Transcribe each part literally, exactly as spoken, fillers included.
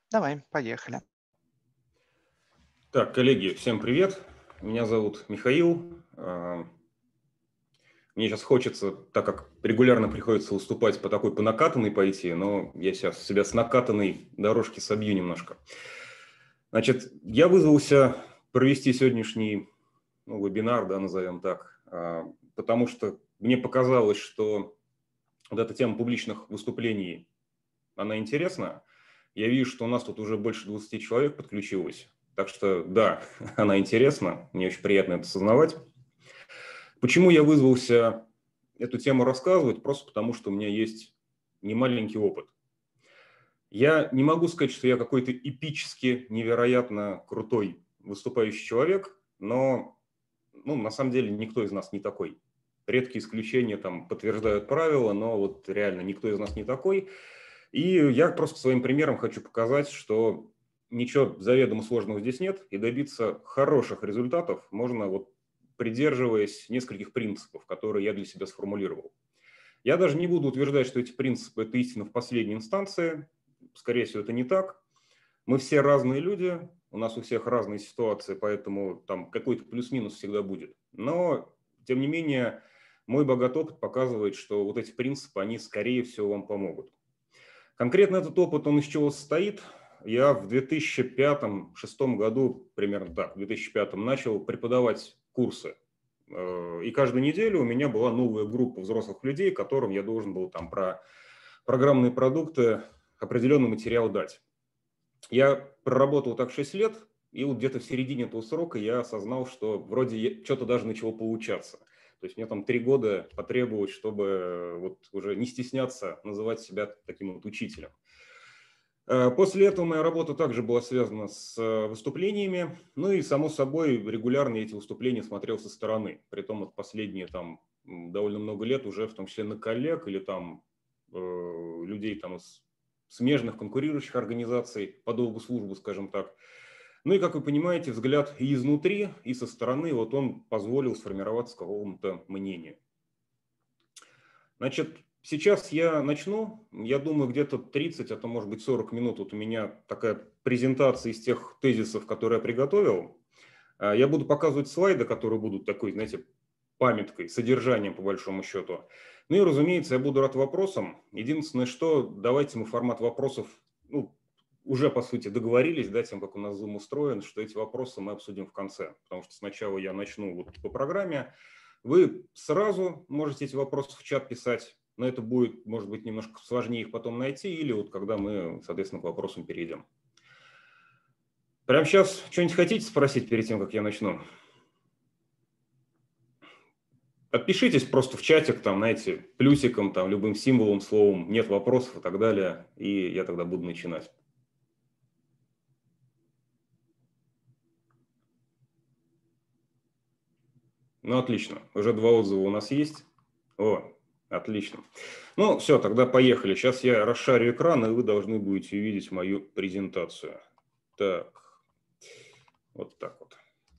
Давай, поехали. Так, коллеги, всем привет. Меня зовут Михаил. А, Мне сейчас хочется, так как регулярно приходится выступать по такой, по накатанной пойти, но я сейчас себя с накатанной дорожки собью немножко. Значит, я вызвался провести сегодняшний, ну, вебинар, да, назовем так, а, потому что мне показалось, что вот эта тема публичных выступлений, она интересна. Я вижу, что у нас тут уже больше двадцати человек подключилось. Так что, да, она интересна, мне очень приятно это осознавать. Почему я вызвался эту тему рассказывать? Просто потому, что у меня есть немаленький опыт. Я не могу сказать, что я какой-то эпически невероятно крутой выступающий человек, но ну, на самом деле никто из нас не такой. Редкие исключения там подтверждают правила, но вот реально никто из нас не такой. И я просто своим примером хочу показать, что ничего заведомо сложного здесь нет, и добиться хороших результатов можно вот придерживаясь нескольких принципов, которые я для себя сформулировал. Я даже не буду утверждать, что эти принципы – это истина в последней инстанции. Скорее всего, это не так. Мы все разные люди, у нас у всех разные ситуации, поэтому там какой-то плюс-минус всегда будет. Но, тем не менее, мой богатый опыт показывает, что вот эти принципы, они, скорее всего, вам помогут. Конкретно этот опыт, он из чего состоит? Я в две тысячи пятом-шестом году, примерно так, в две тысячи пятом начал преподавать курсы. И каждую неделю у меня была новая группа взрослых людей, которым я должен был там про программные продукты определенный материал дать. Я проработал так шесть лет, и вот где-то в середине этого срока я осознал, что вроде что-то даже начало получаться. То есть мне там три года потребовалось, чтобы вот уже не стесняться называть себя таким вот учителем. После этого моя работа также была связана с выступлениями, ну и, само собой, регулярно эти выступления смотрел со стороны. Притом вот последние там довольно много лет уже, в том числе на коллег или там э, людей там из смежных конкурирующих организаций по долгу службы, скажем так. Ну и, как вы понимаете, взгляд и изнутри, и со стороны, вот он позволил сформироваться какому-то мнению. Значит, сейчас я начну, я думаю, где-то тридцать, а то может быть сорок минут. Вот у меня такая презентация из тех тезисов, которые я приготовил. Я буду показывать слайды, которые будут такой, знаете, памяткой, содержанием по большому счету. Ну и, разумеется, я буду рад вопросам. Единственное, что давайте мы формат вопросов, ну, уже, по сути, договорились, да, тем, как у нас Zoom устроен, что эти вопросы мы обсудим в конце. Потому что сначала я начну вот по программе. Вы сразу можете эти вопросы в чат писать, но это будет, может быть, немножко сложнее их потом найти, или вот когда мы, соответственно, к вопросам перейдем. Прямо сейчас что-нибудь хотите спросить перед тем, как я начну? Отпишитесь просто в чатик, там, знаете, плюсиком, там, любым символом, словом, нет вопросов и так далее, и я тогда буду начинать. Ну, отлично, уже два отзыва у нас есть. О, отлично. Ну, все, тогда поехали. Сейчас я расшарю экран, и вы должны будете увидеть мою презентацию. Так, вот так вот.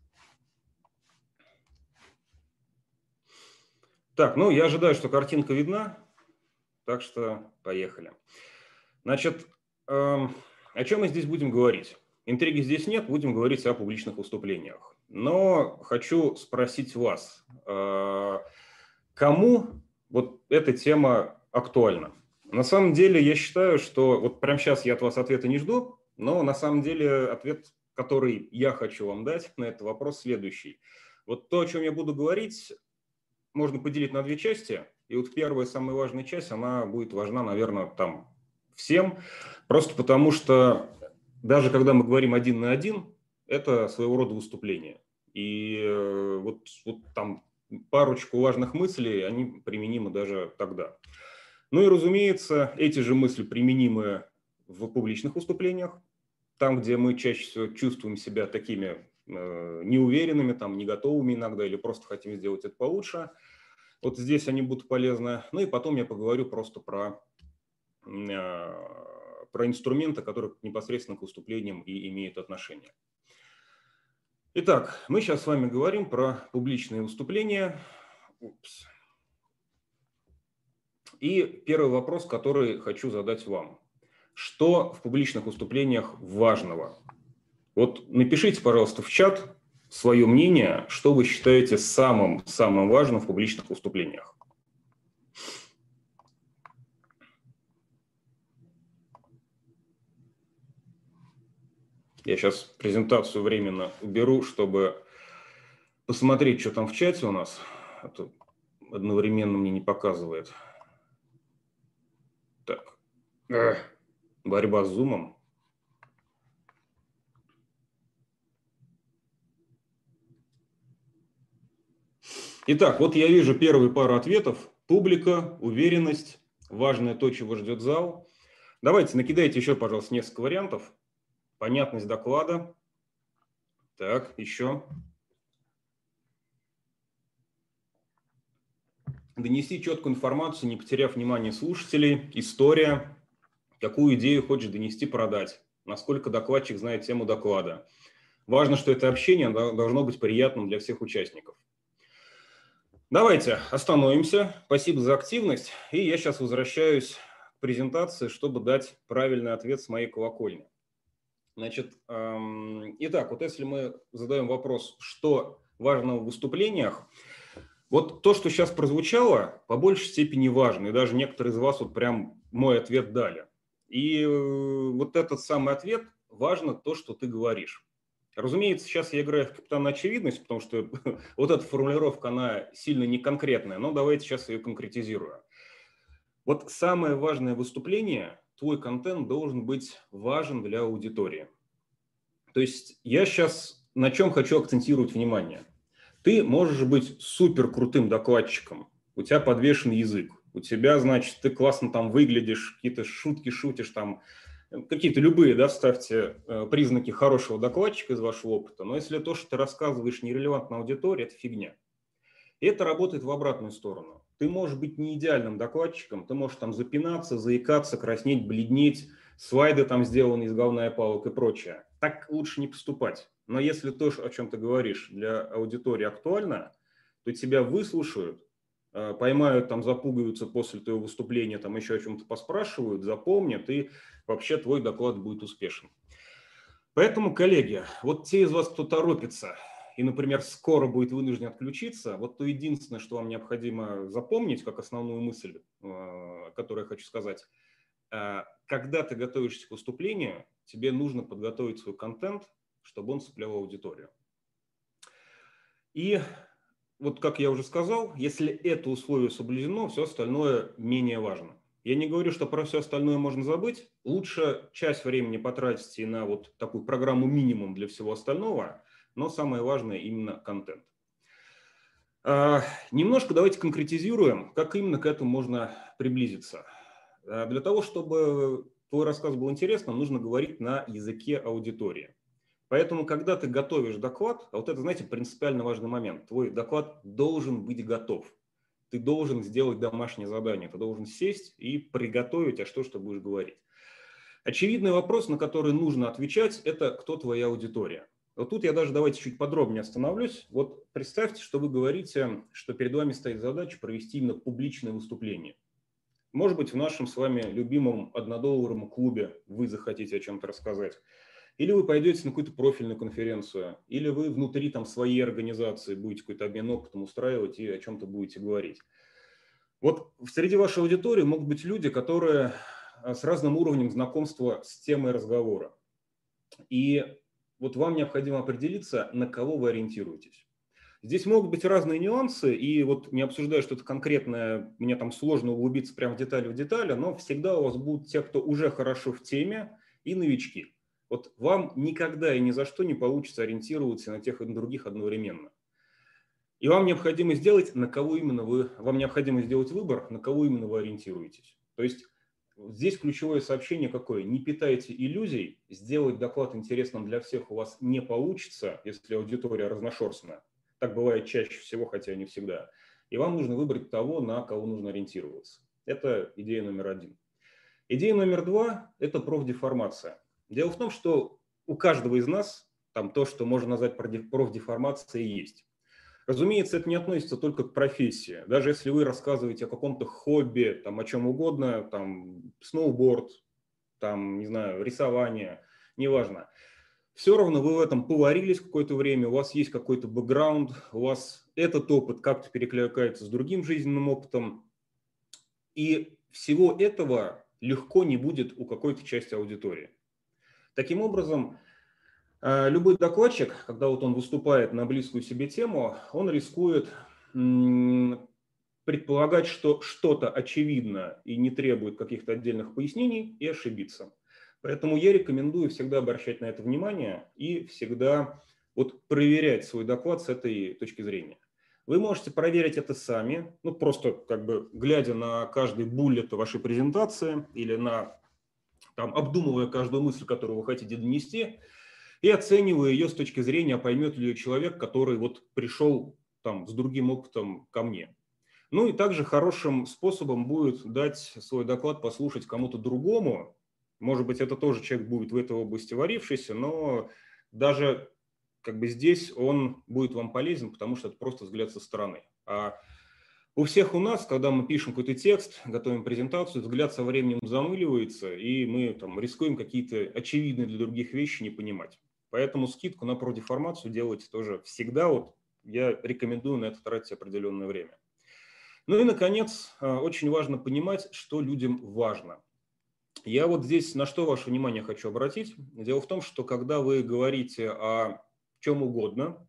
Так, ну, я ожидаю, что картинка видна, так что поехали. Значит, эм, о чем мы здесь будем говорить? Интриги здесь нет, будем говорить о публичных выступлениях. Но хочу спросить вас, э, кому вот эта тема актуальна? На самом деле я считаю, что вот прямо сейчас я от вас ответа не жду, но на самом деле ответ, который я хочу вам дать на этот вопрос, следующий. Вот то, о чем я буду говорить, можно поделить на две части. И вот первая, самая важная часть, она будет важна, наверное, там всем. Просто потому что даже когда мы говорим один на один, это своего рода выступление. И вот, вот там парочку важных мыслей, они применимы даже тогда. Ну и, разумеется, эти же мысли применимы в публичных выступлениях, там, где мы чаще всего чувствуем себя такими э, неуверенными, там, не готовыми иногда или просто хотим сделать это получше. Вот здесь они будут полезны. Ну и потом я поговорю просто про, про инструменты, которые непосредственно к выступлениям и имеют отношение. Итак, мы сейчас с вами говорим про публичные выступления. Упс. И первый вопрос, который хочу задать вам. что в публичных выступлениях важного? Вот напишите, пожалуйста, в чат свое мнение, что вы считаете самым-самым важным в публичных выступлениях. Я сейчас презентацию временно уберу, чтобы посмотреть, что там в чате у нас. А то одновременно мне не показывает. Так. Борьба с зумом. Итак, вот я вижу первую пару ответов. Публика, уверенность, важное то, чего ждет зал. Давайте накидайте еще, пожалуйста, несколько вариантов. Понятность доклада. Так, еще. Донести четкую информацию, не потеряв внимание слушателей. История. Какую идею хочешь донести, продать. Насколько докладчик знает тему доклада. Важно, что это общение должно быть приятным для всех участников. Давайте остановимся. Спасибо за активность. И я сейчас возвращаюсь к презентации, чтобы дать правильный ответ с моей колокольни. Значит, эм, итак, вот если мы задаем вопрос, что важно в выступлениях, вот то, что сейчас прозвучало, по большей степени важно. И даже некоторые из вас вот прям мой ответ дали. И э, вот этот самый ответ важно то, что ты говоришь. Разумеется, сейчас я играю в капитана очевидность, потому что вот эта формулировка, она сильно не конкретная, но давайте сейчас ее конкретизирую. Вот самое важное выступление, твой контент должен быть важен для аудитории. То есть я сейчас на чем хочу акцентировать внимание. Ты можешь быть супер крутым докладчиком, у тебя подвешен язык, у тебя, значит, ты классно там выглядишь, какие-то шутки шутишь там, какие-то любые, да, вставьте э, признаки хорошего докладчика из вашего опыта, но если то, что ты рассказываешь, нерелевантно аудитории, это фигня. И это работает в обратную сторону. Ты можешь быть не идеальным докладчиком, ты можешь там запинаться, заикаться, краснеть, бледнеть, слайды там сделаны из говна и палок и прочее. Так лучше не поступать. Но если то, о чем ты говоришь, для аудитории актуально, то тебя выслушают, поймают, там запугаются после твоего выступления, там еще о чем-то поспрашивают, запомнят, и вообще твой доклад будет успешен. Поэтому, коллеги, вот те из вас, кто торопится и, например, скоро будет вынужден отключиться, вот то единственное, что вам необходимо запомнить, как основную мысль, которую я хочу сказать, когда ты готовишься к выступлению, тебе нужно подготовить свой контент, чтобы он цеплял аудиторию. И вот, как я уже сказал, если это условие соблюдено, все остальное менее важно. Я не говорю, что про все остальное можно забыть. Лучше часть времени потратить и на вот такую программу минимум для всего остального, но самое важное именно контент. А, немножко давайте конкретизируем, как именно к этому можно приблизиться. А, для того, чтобы твой рассказ был интересным, нужно говорить на языке аудитории. Поэтому, когда ты готовишь доклад, а вот это, знаете, принципиально важный момент, твой доклад должен быть готов. Ты должен сделать домашнее задание, ты должен сесть и приготовить, а что, что будешь говорить. Очевидный вопрос, на который нужно отвечать, это кто твоя аудитория. Вот тут я даже давайте чуть подробнее остановлюсь. Вот представьте, что вы говорите, что перед вами стоит задача провести именно публичное выступление. Может быть, в нашем с вами любимом однодолларовом клубе вы захотите о чем-то рассказать. Или вы пойдете на какую-то профильную конференцию, или вы внутри там своей организации будете какой-то обмен опытом устраивать и о чем-то будете говорить. Вот среди вашей аудитории могут быть люди, которые с разным уровнем знакомства с темой разговора. И вот вам необходимо определиться, на кого вы ориентируетесь. Здесь могут быть разные нюансы, и вот не обсуждая что-то конкретное, мне там сложно углубиться прямо в детали в детали, но всегда у вас будут те, кто уже хорошо в теме, и новички. Вот вам никогда и ни за что не получится ориентироваться на тех и на других одновременно. И вам необходимо сделать, на кого именно вы, вам необходимо сделать выбор, на кого именно вы ориентируетесь. То есть здесь ключевое сообщение какое? Не питайте иллюзий, сделать доклад интересным для всех у вас не получится, если аудитория разношерстная. Так бывает чаще всего, хотя не всегда. И вам нужно выбрать того, на кого нужно ориентироваться. Это идея номер один. Идея номер два – это профдеформация. Дело в том, что у каждого из нас там то, что можно назвать профдеформацией, есть. Разумеется, это не относится только к профессии. Даже если вы рассказываете о каком-то хобби, там, о чем угодно, там, сноуборд, там, не знаю, рисование, неважно. Все равно вы в этом поварились какое-то время, у вас есть какой-то бэкграунд, у вас этот опыт как-то перекликается с другим жизненным опытом, и всего этого легко не будет у какой-то части аудитории. Таким образом, любой докладчик, когда вот он выступает на близкую себе тему, он рискует предполагать, что что-то очевидно и не требует каких-то отдельных пояснений, и ошибиться. Поэтому я рекомендую всегда обращать на это внимание и всегда вот проверять свой доклад с этой точки зрения. Вы можете проверить это сами, ну просто как бы глядя на каждый буллет вашей презентации или на, там, обдумывая каждую мысль, которую вы хотите донести, и оценивая ее с точки зрения, поймет ли ее человек, который вот пришел там с другим опытом ко мне. Ну и также хорошим способом будет дать свой доклад послушать кому-то другому. Может быть, это тоже человек будет в этой области варившийся, но даже как бы здесь он будет вам полезен, потому что это просто взгляд со стороны. А у всех у нас, когда мы пишем какой-то текст, готовим презентацию, взгляд со временем замыливается, и мы там рискуем какие-то очевидные для других вещи не понимать. Поэтому скидку на продеформацию делайте тоже всегда. Вот я рекомендую на это тратить определенное время. Ну и, наконец, очень важно понимать, что людям важно. Я вот здесь на что ваше внимание хочу обратить. Дело в том, что когда вы говорите о чем угодно,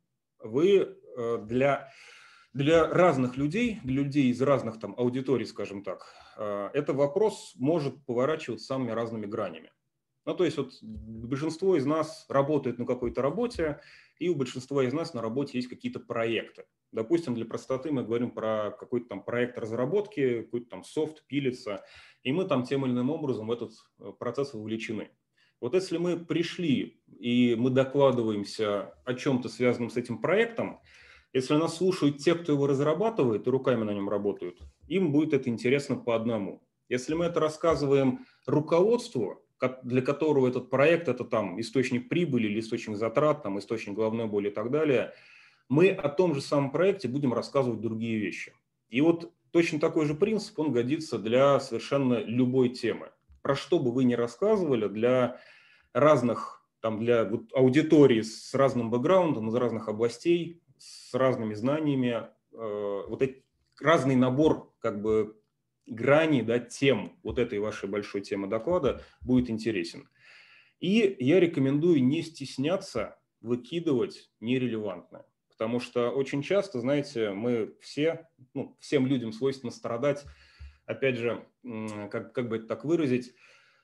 вы для, для разных людей, для людей из разных там аудиторий, скажем так, этот вопрос может поворачиваться самыми разными гранями. Ну, то есть вот большинство из нас работает на какой-то работе, и у большинства из нас на работе есть какие-то проекты. Допустим, для простоты мы говорим про какой-то там проект разработки, какой-то там софт пилится, и мы там тем или иным образом в этот процесс вовлечены. Вот если мы пришли и мы докладываемся о чем-то связанном с этим проектом, если нас слушают те, кто его разрабатывает и руками на нем работают, им будет это интересно по одному. Если мы это рассказываем руководству, для которого этот проект – это там источник прибыли или источник затрат, там, источник головной боли и так далее, мы о том же самом проекте будем рассказывать другие вещи. И вот точно такой же принцип, он годится для совершенно любой темы. Про что бы вы ни рассказывали, для разных, там, для вот, аудитории с разным бэкграундом, из разных областей, с разными знаниями, э, вот этот разный набор как бы граней, да, тем вот этой вашей большой темы доклада будет интересен. И я рекомендую не стесняться выкидывать нерелевантное. Потому что очень часто, знаете, мы все, ну, всем людям свойственно страдать, опять же, как, как бы это так выразить,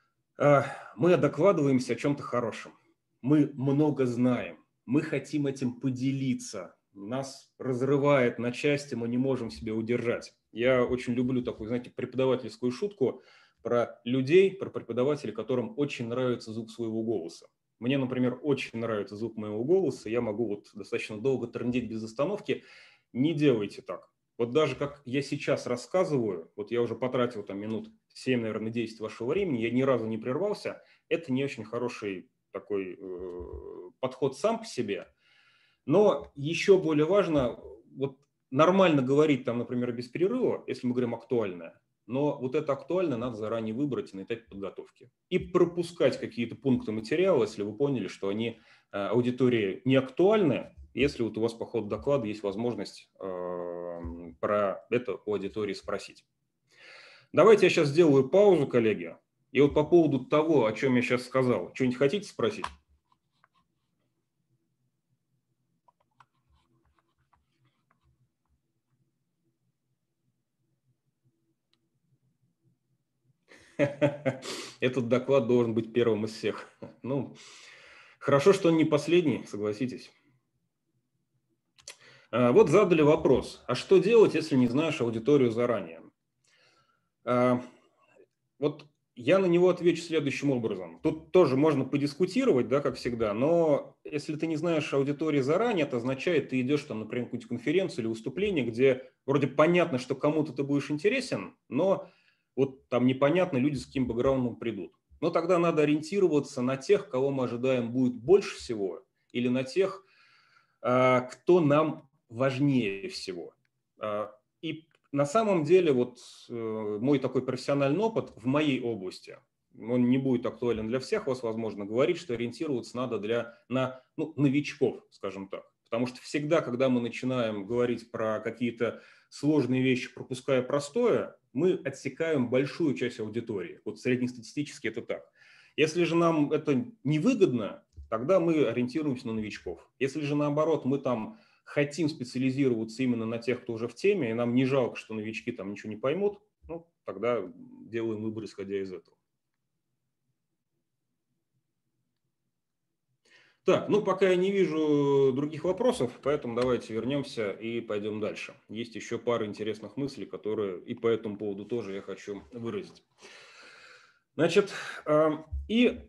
мы докладываемся о чем-то хорошем, мы много знаем, мы хотим этим поделиться, нас разрывает на части, мы не можем себя удержать. Я очень люблю такую, знаете, преподавательскую шутку про людей, про преподавателей, которым очень нравится звук своего голоса. Мне, например, очень нравится звук моего голоса, я могу вот достаточно долго трындеть без остановки. Не делайте так. Вот даже как я сейчас рассказываю, вот я уже потратил там минут семь, наверное, десять вашего времени, я ни разу не прервался, это не очень хороший такой э, подход сам по себе. Но еще более важно, вот нормально говорить там, например, без перерыва, если мы говорим актуальное, но вот это актуальное надо заранее выбрать на этапе подготовки. И пропускать какие-то пункты материала, если вы поняли, что они э, аудитории не актуальны, если вот у вас по ходу доклада есть возможность э, про это у аудитории спросить. Давайте я сейчас сделаю паузу, коллеги. И вот по поводу того, о чем я сейчас сказал, что-нибудь хотите спросить? Этот доклад должен быть первым из всех. Ну, хорошо, что он не последний, согласитесь. Вот задали вопрос, а что делать, если не знаешь аудиторию заранее? Вот я на него отвечу следующим образом. Тут тоже можно подискутировать, да, как всегда, но если ты не знаешь аудитории заранее, это означает, ты идешь там, например, на какую-то конференцию или выступление, где вроде понятно, что кому-то ты будешь интересен, но вот там непонятно, люди с каким бэкграундом придут. Но тогда надо ориентироваться на тех, кого мы ожидаем будет больше всего, или на тех, кто нам важнее всего. И на самом деле вот мой такой профессиональный опыт в моей области, он не будет актуален для всех вас, возможно, говорит, что ориентироваться надо для, на ну, новичков, скажем так. Потому что всегда, когда мы начинаем говорить про какие-то сложные вещи, пропуская простое, мы отсекаем большую часть аудитории. Вот среднестатистически это так. Если же нам это невыгодно, тогда мы ориентируемся на новичков. Если же наоборот мы там хотим специализироваться именно на тех, кто уже в теме, и нам не жалко, что новички там ничего не поймут, ну, тогда делаем выбор, исходя из этого. Так, ну пока я не вижу других вопросов, поэтому давайте вернемся и пойдем дальше. Есть еще пара интересных мыслей, которые и по этому поводу тоже я хочу выразить. Значит, и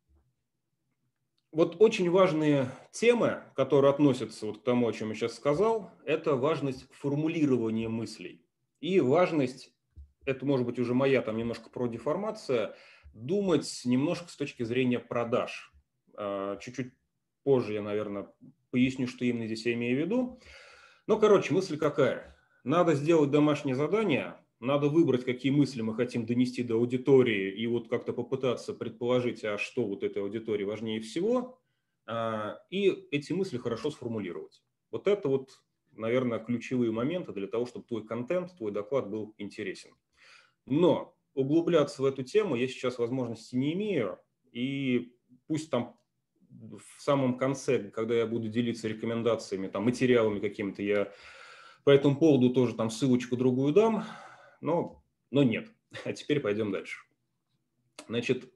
вот очень важные темы, которые относятся вот к тому, о чем я сейчас сказал, это важность формулирования мыслей и важность, это может быть уже моя там немножко продеформация, думать немножко с точки зрения продаж. Чуть-чуть позже я, наверное, поясню, что именно здесь я имею в виду. Ну, короче, мысль какая? Надо сделать домашнее задание, надо выбрать, какие мысли мы хотим донести до аудитории, и вот как-то попытаться предположить, а что вот этой аудитории важнее всего, и эти мысли хорошо сформулировать. Вот это вот, наверное, ключевые моменты для того, чтобы твой контент, твой доклад был интересен. Но углубляться в эту тему я сейчас возможности не имею, и пусть там в самом конце, когда я буду делиться рекомендациями, там, материалами какими-то, я по этому поводу тоже там ссылочку другую дам, но, но нет. А теперь пойдем дальше. Значит,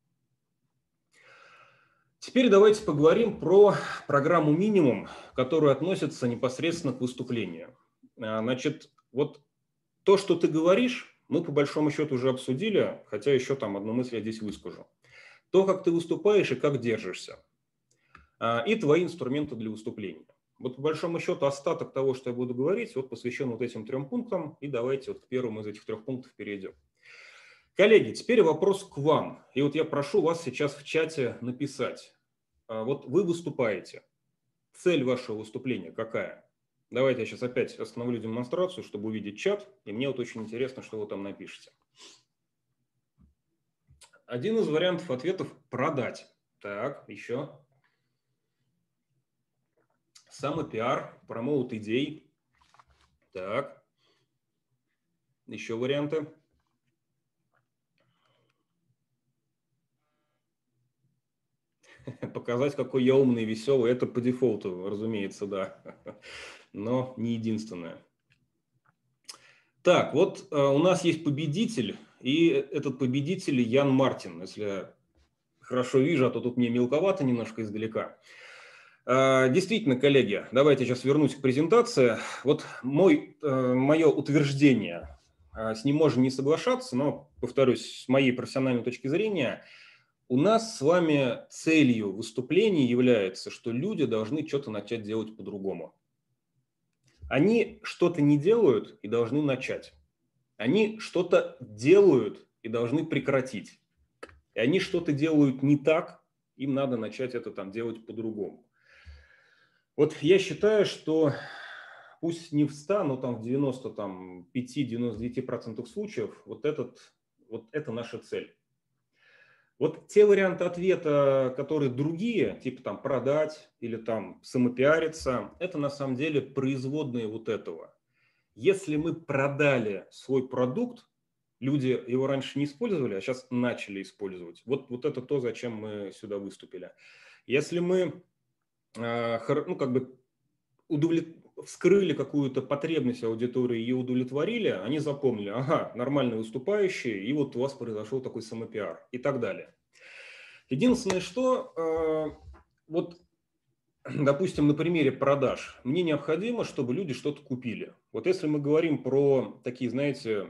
теперь давайте поговорим про программу «Минимум», которая относится непосредственно к выступлению. Значит, вот то, что ты говоришь, мы по большому счету уже обсудили, хотя еще там одну мысль я здесь выскажу. То, как ты выступаешь и как держишься. И твои инструменты для выступления. Вот по большому счету остаток того, что я буду говорить, вот посвящен вот этим трем пунктам. И давайте вот к первому из этих трех пунктов перейдем. Коллеги, теперь вопрос к вам. И вот я прошу вас сейчас в чате написать. Вот вы выступаете. Цель вашего выступления какая? Давайте я сейчас опять остановлю демонстрацию, чтобы увидеть чат. И мне вот очень интересно, что вы там напишете. Один из вариантов ответов – продать. Так, еще. Самопиар, промоут идей. Так. Еще варианты. Показать, какой я умный и веселый. Это по дефолту, разумеется, да. Но не единственное. Так, вот э, у нас есть победитель. И этот победитель Ян Мартин. Если я хорошо вижу, а то тут мне мелковато немножко издалека. Действительно, коллеги, давайте сейчас вернусь к презентации. Вот мой, мое утверждение, с ним можно не соглашаться, но, повторюсь, с моей профессиональной точки зрения, у нас с вами целью выступления является, что люди должны что-то начать делать по-другому. Они что-то не делают и должны начать. Они что-то делают и должны прекратить. И они что-то делают не так, им надо начать это там делать по-другому. Вот я считаю, что пусть не в ста, но там в девяноста пяти — девяноста девяти процентах случаев вот, этот, вот это наша цель. Вот те варианты ответа, которые другие, типа там продать или там самопиариться, это на самом деле производные вот этого. Если мы продали свой продукт, люди его раньше не использовали, а сейчас начали использовать. Вот, вот это то, зачем мы сюда выступили. Если мы ну, как бы удовлет... вскрыли какую-то потребность аудитории и удовлетворили, они запомнили, ага, нормально выступающие, и вот у вас произошел такой самопиар и так далее. Единственное, что э, вот, допустим, на примере продаж, мне необходимо, чтобы люди что-то купили. Вот если мы говорим про такие, знаете,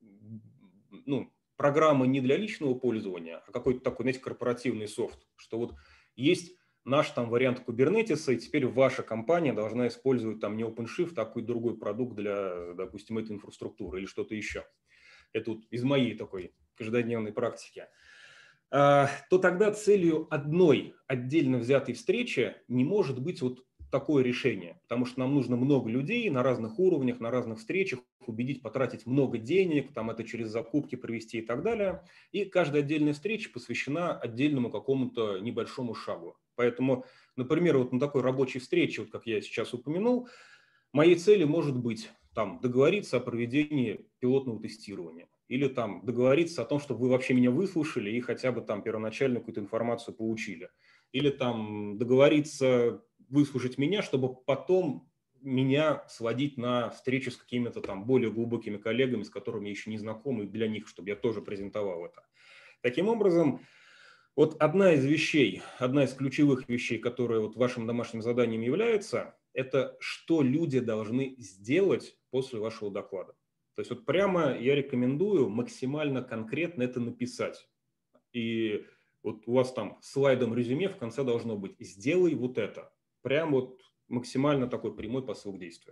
ну, программы не для личного пользования, а какой-то такой, знаете, корпоративный софт, что вот есть наш там вариант Kubernetes, и теперь ваша компания должна использовать там не OpenShift, а какой-то другой продукт для, допустим, этой инфраструктуры или что-то еще. Это вот из моей такой каждодневной практики. То тогда целью одной отдельно взятой встречи не может быть вот такое решение, потому что нам нужно много людей на разных уровнях, на разных встречах, их убедить потратить много денег, там это через закупки провести и так далее. И каждая отдельная встреча посвящена отдельному какому-то небольшому шагу. Поэтому, например, вот на такой рабочей встрече, вот как я сейчас упомянул, моей целью может быть там договориться о проведении пилотного тестирования или там договориться о том, чтобы вы вообще меня выслушали и хотя бы там первоначально какую-то информацию получили. Или там договориться выслушать меня, чтобы потом меня сводить на встречу с какими-то там более глубокими коллегами, с которыми я еще не знаком, и для них, чтобы я тоже презентовал это. Таким образом, вот одна из вещей, одна из ключевых вещей, которая вот вашим домашним заданием является, это что люди должны сделать после вашего доклада. То есть вот прямо я рекомендую максимально конкретно это написать. И вот у вас там слайдом резюме в конце должно быть «сделай вот это». Прям вот максимально такой прямой посыл к действию.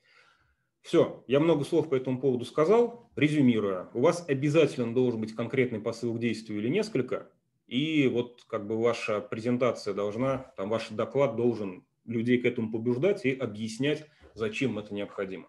Все, я много слов по этому поводу сказал. Резюмируя, у вас обязательно должен быть конкретный посыл к действию или несколько. И вот как бы ваша презентация должна, там ваш доклад должен людей к этому побуждать и объяснять, зачем это необходимо.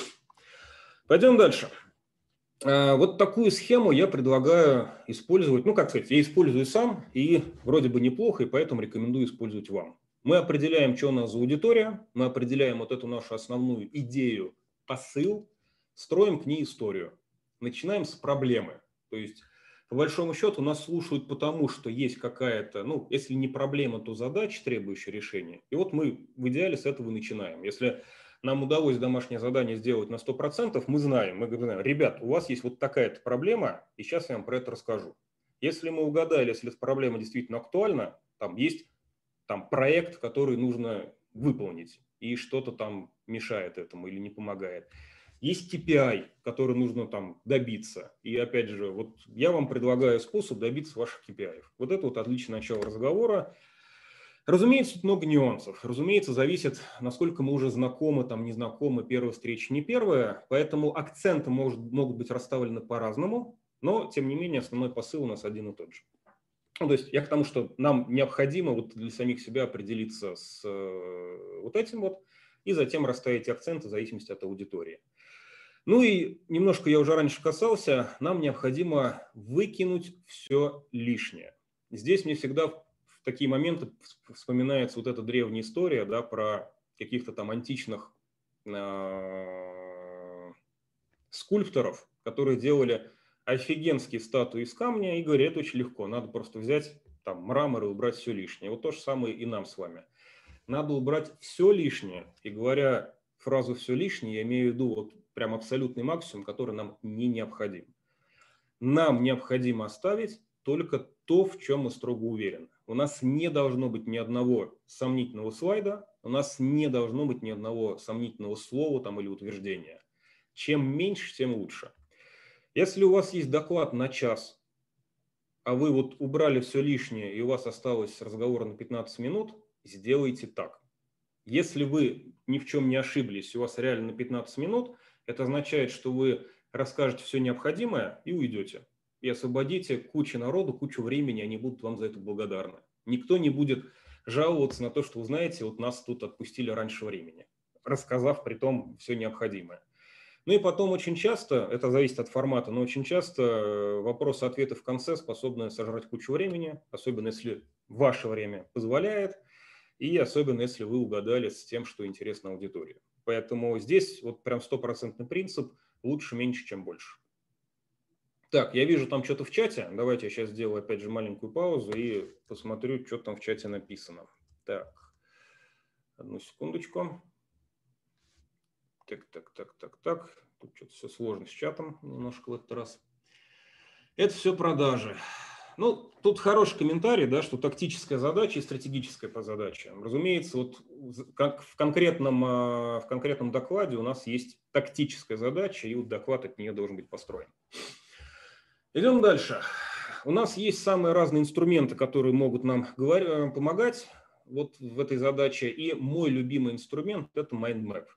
Пойдем дальше. Вот такую схему я предлагаю использовать, ну, как сказать, я использую сам, и вроде бы неплохо, и поэтому рекомендую использовать вам. Мы определяем, что у нас за аудитория, мы определяем вот эту нашу основную идею, посыл, строим к ней историю. Начинаем с проблемы. То есть, по большому счету, нас слушают потому, что есть какая-то, ну, если не проблема, то задача, требующая решения. И вот мы в идеале с этого начинаем. Если нам удалось домашнее задание сделать на сто процентов, мы знаем, мы говорим, ребят, у вас есть вот такая-то проблема, и сейчас я вам про это расскажу. Если мы угадали, если эта проблема действительно актуальна, там есть там, проект, который нужно выполнить, и что-то там мешает этому или не помогает. Есть кей пи ай, который нужно там добиться. И опять же, вот я вам предлагаю способ добиться ваших кей пи ай. Вот это вот отличное начало разговора. Разумеется, тут много нюансов. Разумеется, зависит, насколько мы уже знакомы, там, не знакомы, первая встреча, не первая. Поэтому акценты может, могут быть расставлены по-разному, но, тем не менее, основной посыл у нас один и тот же. Ну, то есть я к тому, что нам необходимо вот для самих себя определиться с э, вот этим вот, и затем расставить акценты в зависимости от аудитории. Ну и немножко я уже раньше касался, нам необходимо выкинуть все лишнее. Здесь мне всегда в такие моменты вспоминается вот эта древняя история, да, про каких-то там античных э, скульпторов, которые делали офигенские статуи из камня и говорят, это очень легко, надо просто взять там мрамор и убрать все лишнее. Вот то же самое и нам с вами. Надо убрать все лишнее, и говоря фразу «все лишнее», я имею в виду вот прям абсолютный максимум, который нам не необходим. Нам необходимо оставить только то, в чем мы строго уверены. У нас не должно быть ни одного сомнительного слайда, у нас не должно быть ни одного сомнительного слова там, или утверждения. Чем меньше, тем лучше. Если у вас есть доклад на час, а вы вот убрали все лишнее, и у вас осталось разговор на пятнадцать минут, сделайте так. Если вы ни в чем не ошиблись, у вас реально на пятнадцать минут, это означает, что вы расскажете все необходимое и уйдете. И освободите кучу народу, кучу времени, они будут вам за это благодарны. Никто не будет жаловаться на то, что, вы знаете, вот нас тут отпустили раньше времени, рассказав при том все необходимое. Ну и потом очень часто, это зависит от формата, но очень часто вопросы-ответы в конце способны сожрать кучу времени, особенно если ваше время позволяет, и особенно если вы угадали с тем, что интересно аудитории. Поэтому здесь вот прям стопроцентный принцип лучше меньше, чем больше. Так, я вижу там что-то в чате. Давайте я сейчас сделаю опять же маленькую паузу и посмотрю, что там в чате написано. Так, одну секундочку. Так, так, так, так, так. Тут что-то все сложно с чатом немножко в этот раз. Это все продажи. Ну, тут хороший комментарий, да, что тактическая задача и стратегическая задача. Разумеется, вот как в конкретном, в конкретном докладе у нас есть тактическая задача, и вот доклад от нее должен быть построен. Идем дальше. У нас есть самые разные инструменты, которые могут нам помогать вот в этой задаче. И мой любимый инструмент – это майндмэп.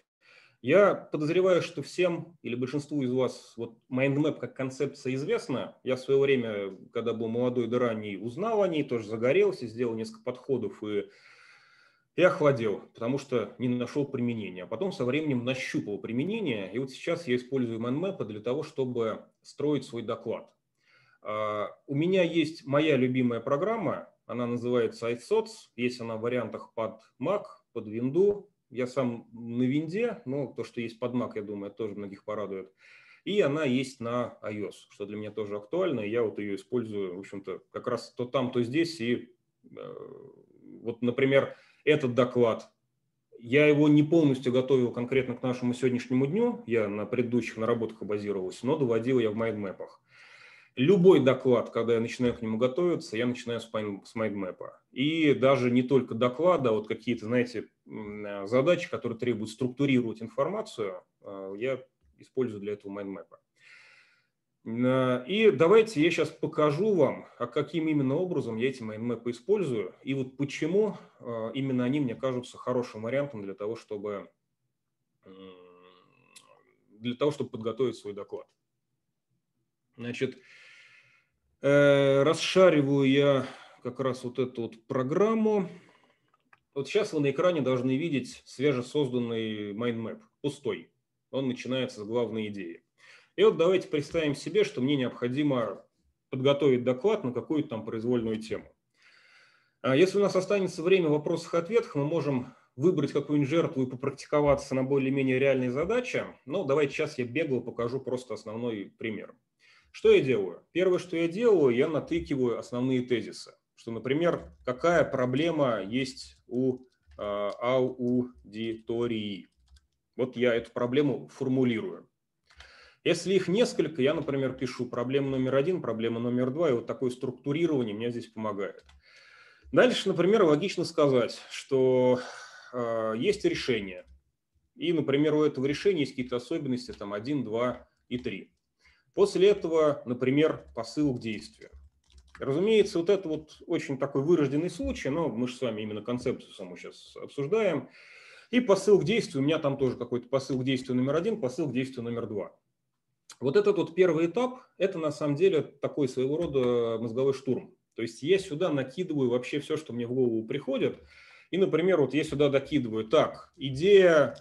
Я подозреваю, что всем или большинству из вас вот майндмэп как концепция известна. Я в свое время, когда был молодой да ранний, узнал о ней, тоже загорелся, сделал несколько подходов и и охладел, потому что не нашел применения. А потом со временем нащупал применение, и вот сейчас я использую майндмэпы для того, чтобы строить свой доклад. У меня есть моя любимая программа, она называется iSots, есть она в вариантах под Mac, под Windows. Я сам на Винде, но то, что есть под Mac, я думаю, тоже многих порадует. И она есть на iOS, что для меня тоже актуально. И я вот ее использую, в общем-то, как раз то там, то здесь. И вот, например, этот доклад, я его не полностью готовил конкретно к нашему сегодняшнему дню, я на предыдущих наработках базировался, но доводил я в майндмэпах. Любой доклад, когда я начинаю к нему готовиться, я начинаю с майндмэпа. И даже не только доклада, а вот какие-то, знаете, задачи, которые требуют структурировать информацию, я использую для этого майндмэпа. И давайте я сейчас покажу вам, а каким именно образом я эти майндмэпы использую, и вот почему именно они мне кажутся хорошим вариантом для того, чтобы, для того, чтобы подготовить свой доклад. Значит, расшариваю я как раз вот эту вот программу. Вот сейчас вы на экране должны видеть свежесозданный майндмэп, пустой. Он начинается с главной идеи. И вот давайте представим себе, что мне необходимо подготовить доклад на какую-то там произвольную тему. Если у нас останется время в вопросах и ответах, мы можем выбрать какую-нибудь жертву и попрактиковаться на более-менее реальной задаче. Но давайте сейчас я бегло покажу просто основной пример. Что я делаю? Первое, что я делаю, я натыкиваю основные тезисы. Что, например, какая проблема есть у э, аудитории. Вот я эту проблему формулирую. Если их несколько, я, например, пишу проблема номер один, проблема номер два, и вот такое структурирование мне здесь помогает. Дальше, например, логично сказать, что э, есть решение. И, например, у этого решения есть какие-то особенности, там один, два и три. После этого, например, посыл к действию. Разумеется, вот это вот очень такой вырожденный случай, но мы же с вами именно концепцию саму сейчас обсуждаем. И посыл к действию, у меня там тоже какой-то посыл к действию номер один, посыл к действию номер два. Вот этот вот первый этап, это на самом деле такой своего рода мозговой штурм. То есть я сюда накидываю вообще все, что мне в голову приходит. И, например, вот я сюда докидываю, так, идея...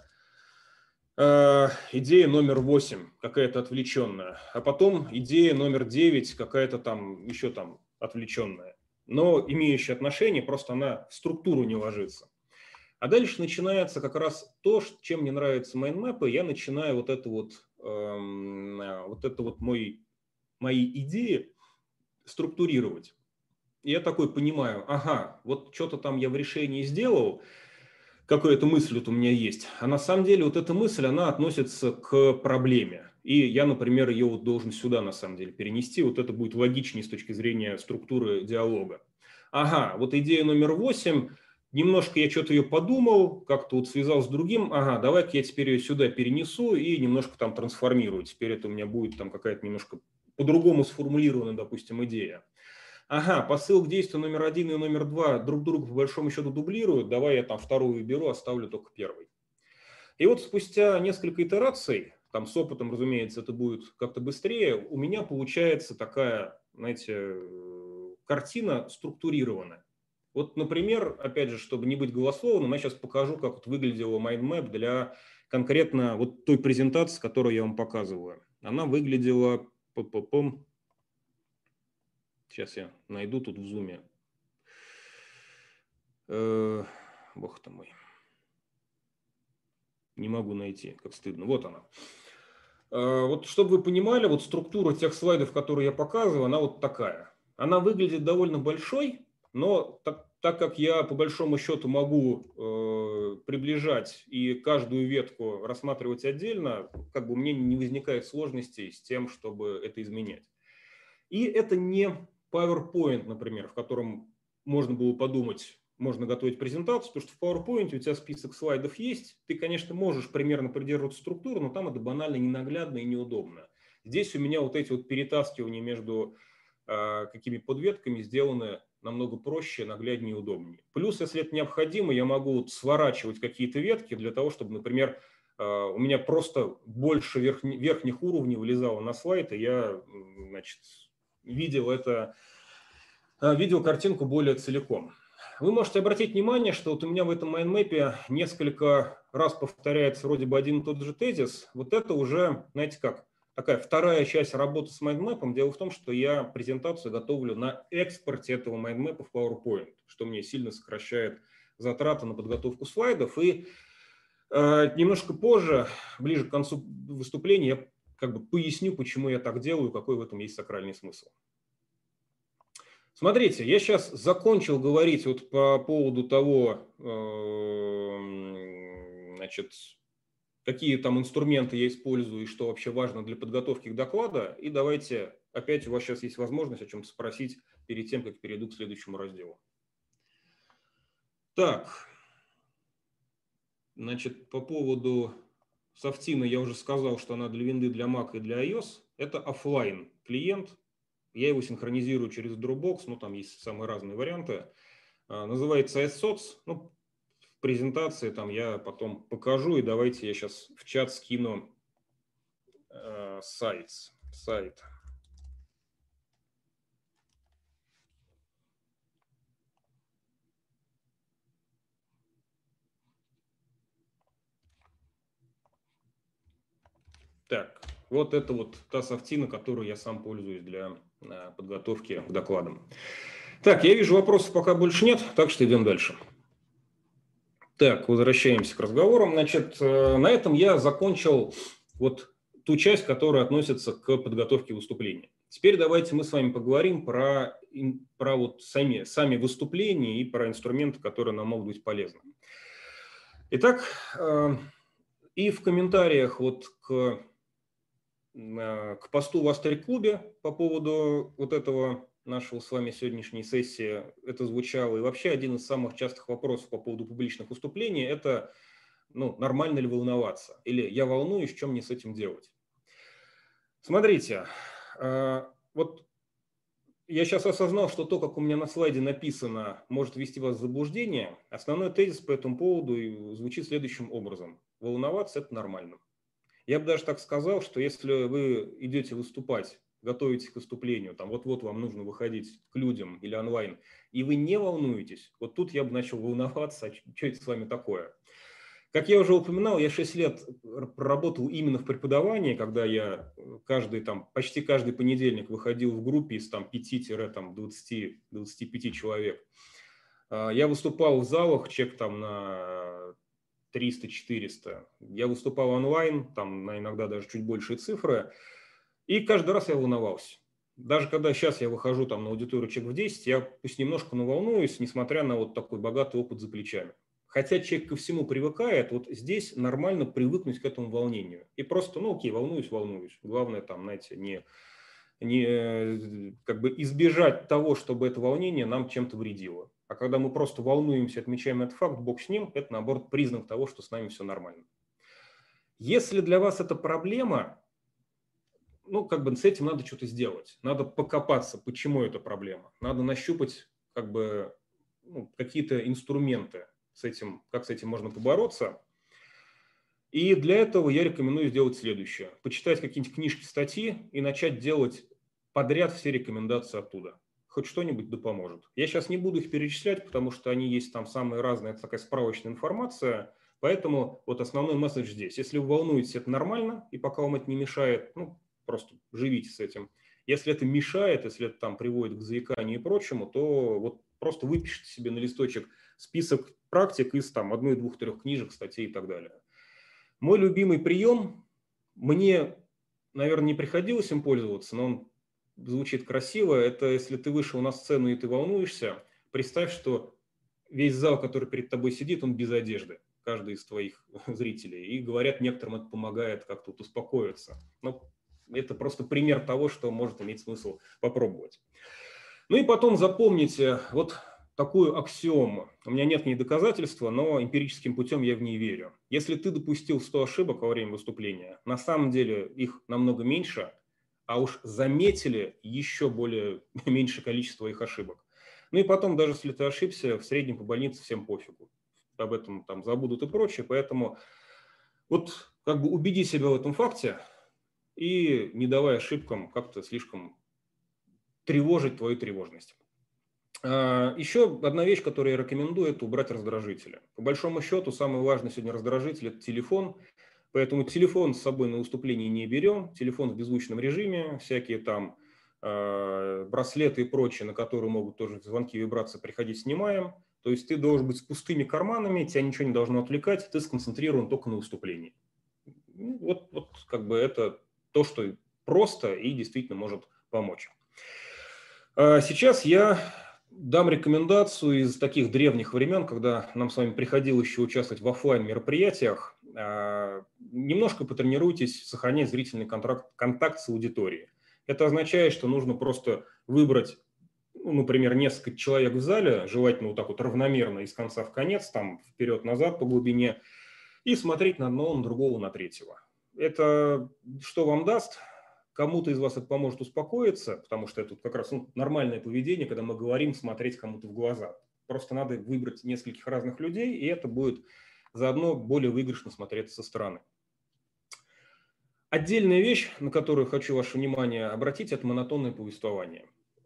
идея номер восемь, какая-то отвлеченная, а потом идея номер девять, какая-то там еще там отвлеченная, но имеющая отношение, просто она в структуру не ложится. А дальше начинается как раз то, чем мне нравятся майндмэпы, я начинаю вот это вот, эм, вот это вот мой, мои идеи структурировать. И я такой понимаю, ага, вот что-то там я в решении сделал, какая-то мысль вот у меня есть, а на самом деле вот эта мысль, она относится к проблеме. И я, например, ее вот должен сюда на самом деле перенести, вот это будет логичнее с точки зрения структуры диалога. Ага, вот идея номер восемь, немножко я что-то ее подумал, как-то вот связал с другим, ага, давай-ка я теперь ее сюда перенесу и немножко там трансформирую. Теперь это у меня будет там какая-то немножко по-другому сформулированная, допустим, идея. Ага, посыл к действию номер один и номер два друг друга по большому счету дублируют. Давай я там вторую беру, оставлю только первый. И вот спустя несколько итераций, там с опытом, разумеется, это будет как-то быстрее, у меня получается такая, знаете, картина структурированная. Вот, например, опять же, чтобы не быть голословным, я сейчас покажу, как вот выглядела майндмэп для конкретно вот той презентации, которую я вам показываю. Она выглядела... Сейчас я найду тут в зуме. Э, бог ты мой. Не могу найти, как стыдно. Вот она. Э, вот чтобы вы понимали, вот структура тех слайдов, которые я показываю, она вот такая. Она выглядит довольно большой, но так, так как я по большому счету могу э, приближать и каждую ветку рассматривать отдельно, как бы мне не возникает сложностей с тем, чтобы это изменять. И это не PowerPoint, например, в котором можно было подумать, можно готовить презентацию, потому что в PowerPoint у тебя список слайдов есть, ты, конечно, можешь примерно придерживаться структуры, но там это банально ненаглядно и неудобно. Здесь у меня вот эти вот перетаскивания между э, какими подветками сделаны намного проще, нагляднее и удобнее. Плюс, если это необходимо, я могу вот сворачивать какие-то ветки для того, чтобы, например, э, у меня просто больше верхни, верхних уровней вылезало на слайд, и я, значит, видел это, видел картинку более целиком. вы можете обратить внимание, что вот у меня в этом майндмэпе несколько раз повторяется вроде бы один и тот же тезис. Вот это уже, знаете как, такая вторая часть работы с майндмэпом. Дело в том, что я презентацию готовлю на экспорте этого майндмэпа в PowerPoint, что мне сильно сокращает затраты на подготовку слайдов. И э, немножко позже, ближе к концу выступления, я как бы поясню, почему я так делаю, какой в этом есть сакральный смысл. Смотрите, я сейчас закончил говорить вот по поводу того, э, значит, какие там инструменты я использую и что вообще важно для подготовки к докладу. И давайте, опять у вас сейчас есть возможность о чем-то спросить перед тем, как перейду к следующему разделу. Так, значит, по поводу Софтина я уже сказал, что она для винды, для Mac и для iOS. Это офлайн клиент. Я его синхронизирую через Dropbox, ну там есть самые разные варианты. Называется iSots. Ну, в презентации там я потом покажу, и давайте я сейчас в чат скину э, сайт. сайт. Так, вот это вот та софтина, которую я сам пользуюсь для э, подготовки к докладам. Так, я вижу, вопросов пока больше нет, так что идем дальше. Так, возвращаемся к разговорам. Значит, э, на этом я закончил вот ту часть, которая относится к подготовке выступления. Теперь давайте мы с вами поговорим про, про вот сами, сами выступления и про инструменты, которые нам могут быть полезны. Итак, э, и в комментариях вот к, э, к посту в Астер-клубе по поводу вот этого нашего с вами сегодняшней сессии это звучало. И вообще один из самых частых вопросов по поводу публичных выступлений – это ну, нормально ли волноваться? Или я волнуюсь, что мне с этим делать? Смотрите, вот я сейчас осознал, что то, как у меня на слайде написано, может ввести вас в заблуждение. Основной тезис по этому поводу звучит следующим образом. Волноваться – это нормально. Я бы даже так сказал, что если вы идете выступать, готовитесь к выступлению, там вот-вот вам нужно выходить к людям или онлайн, и вы не волнуетесь, вот тут я бы начал волноваться, а что это с вами такое? Как я уже упоминал, я шесть лет проработал именно в преподавании, когда я каждый, там, почти каждый понедельник выходил в группе из там, пяти-двадцати пяти человек. Я выступал в залах, чек там на триста-четыреста. Я выступал онлайн, там на иногда даже чуть большие цифры. И каждый раз я волновался. Даже когда сейчас я выхожу там на аудиторию человек в десять, я пусть немножко, но волнуюсь, несмотря на вот такой богатый опыт за плечами. Хотя человек ко всему привыкает, вот здесь нормально привыкнуть к этому волнению. И просто, ну окей, волнуюсь, волнуюсь. Главное там, знаете, не, не как бы избежать того, чтобы это волнение нам чем-то вредило. А когда мы просто волнуемся, отмечаем этот факт, бог с ним, это наоборот признак того, что с нами все нормально. Если для вас это проблема, ну как бы с этим надо что-то сделать. Надо покопаться, почему это проблема. Надо нащупать как бы ну, какие-то инструменты. С этим, как с этим можно побороться. И для этого я рекомендую сделать следующее. Почитать какие-нибудь книжки, статьи и начать делать подряд все рекомендации оттуда. Хоть что-нибудь да поможет. Я сейчас не буду их перечислять, потому что они есть там самые разные, это такая справочная информация. Поэтому вот основной месседж здесь. Если вы волнуетесь, это нормально, и пока вам это не мешает, ну, просто живите с этим. Если это мешает, если это там приводит к заиканию и прочему, то вот просто выпишите себе на листочек список практик из там одной, двух, трех книжек, статей и так далее. Мой любимый прием, мне, наверное, не приходилось им пользоваться, но он звучит красиво. Это если ты вышел на сцену и ты волнуешься, представь, что весь зал, который перед тобой сидит, он без одежды, каждый из твоих зрителей. И говорят, некоторым это помогает как-то вот успокоиться. Но это просто пример того, что может иметь смысл попробовать. Ну и потом запомните вот такую аксиому. У меня нет в ней доказательства, но эмпирическим путем я в ней верю. Если ты допустил сто ошибок во время выступления, на самом деле их намного меньше, а уж заметили еще более меньшее количество их ошибок. Ну и потом, даже если ты ошибся, в среднем по больнице всем пофигу. Об этом там забудут и прочее. Поэтому вот как бы убеди себя в этом факте и не давай ошибкам как-то слишком тревожить твою тревожность. Еще одна вещь, которую я рекомендую, это убрать раздражители. По большому счету, самый важный сегодня раздражитель – это телефон. Поэтому телефон с собой на выступлении не берем, телефон в беззвучном режиме, всякие там э, браслеты и прочее, на которые могут тоже звонки, вибрации приходить, снимаем. То есть ты должен быть с пустыми карманами, тебя ничего не должно отвлекать, ты сконцентрирован только на выступлении. Вот, вот как бы это то, что просто и действительно может помочь. Сейчас я дам рекомендацию из таких древних времен, когда нам с вами приходилось еще участвовать в офлайн мероприятиях. Немножко потренируйтесь сохранять зрительный контакт, контакт с аудиторией. Это означает, что нужно просто выбрать, ну, например, несколько человек в зале, желательно вот так вот равномерно из конца в конец, там вперед-назад по глубине, и смотреть на одного, на другого, на третьего. Это что вам даст? Кому-то из вас это поможет успокоиться, потому что это как раз ну, нормальное поведение, когда мы говорим смотреть кому-то в глаза. Просто надо выбрать нескольких разных людей, и это будет заодно более выигрышно смотреться со стороны. Отдельная вещь, на которую хочу ваше внимание обратить, это монотонное повествование.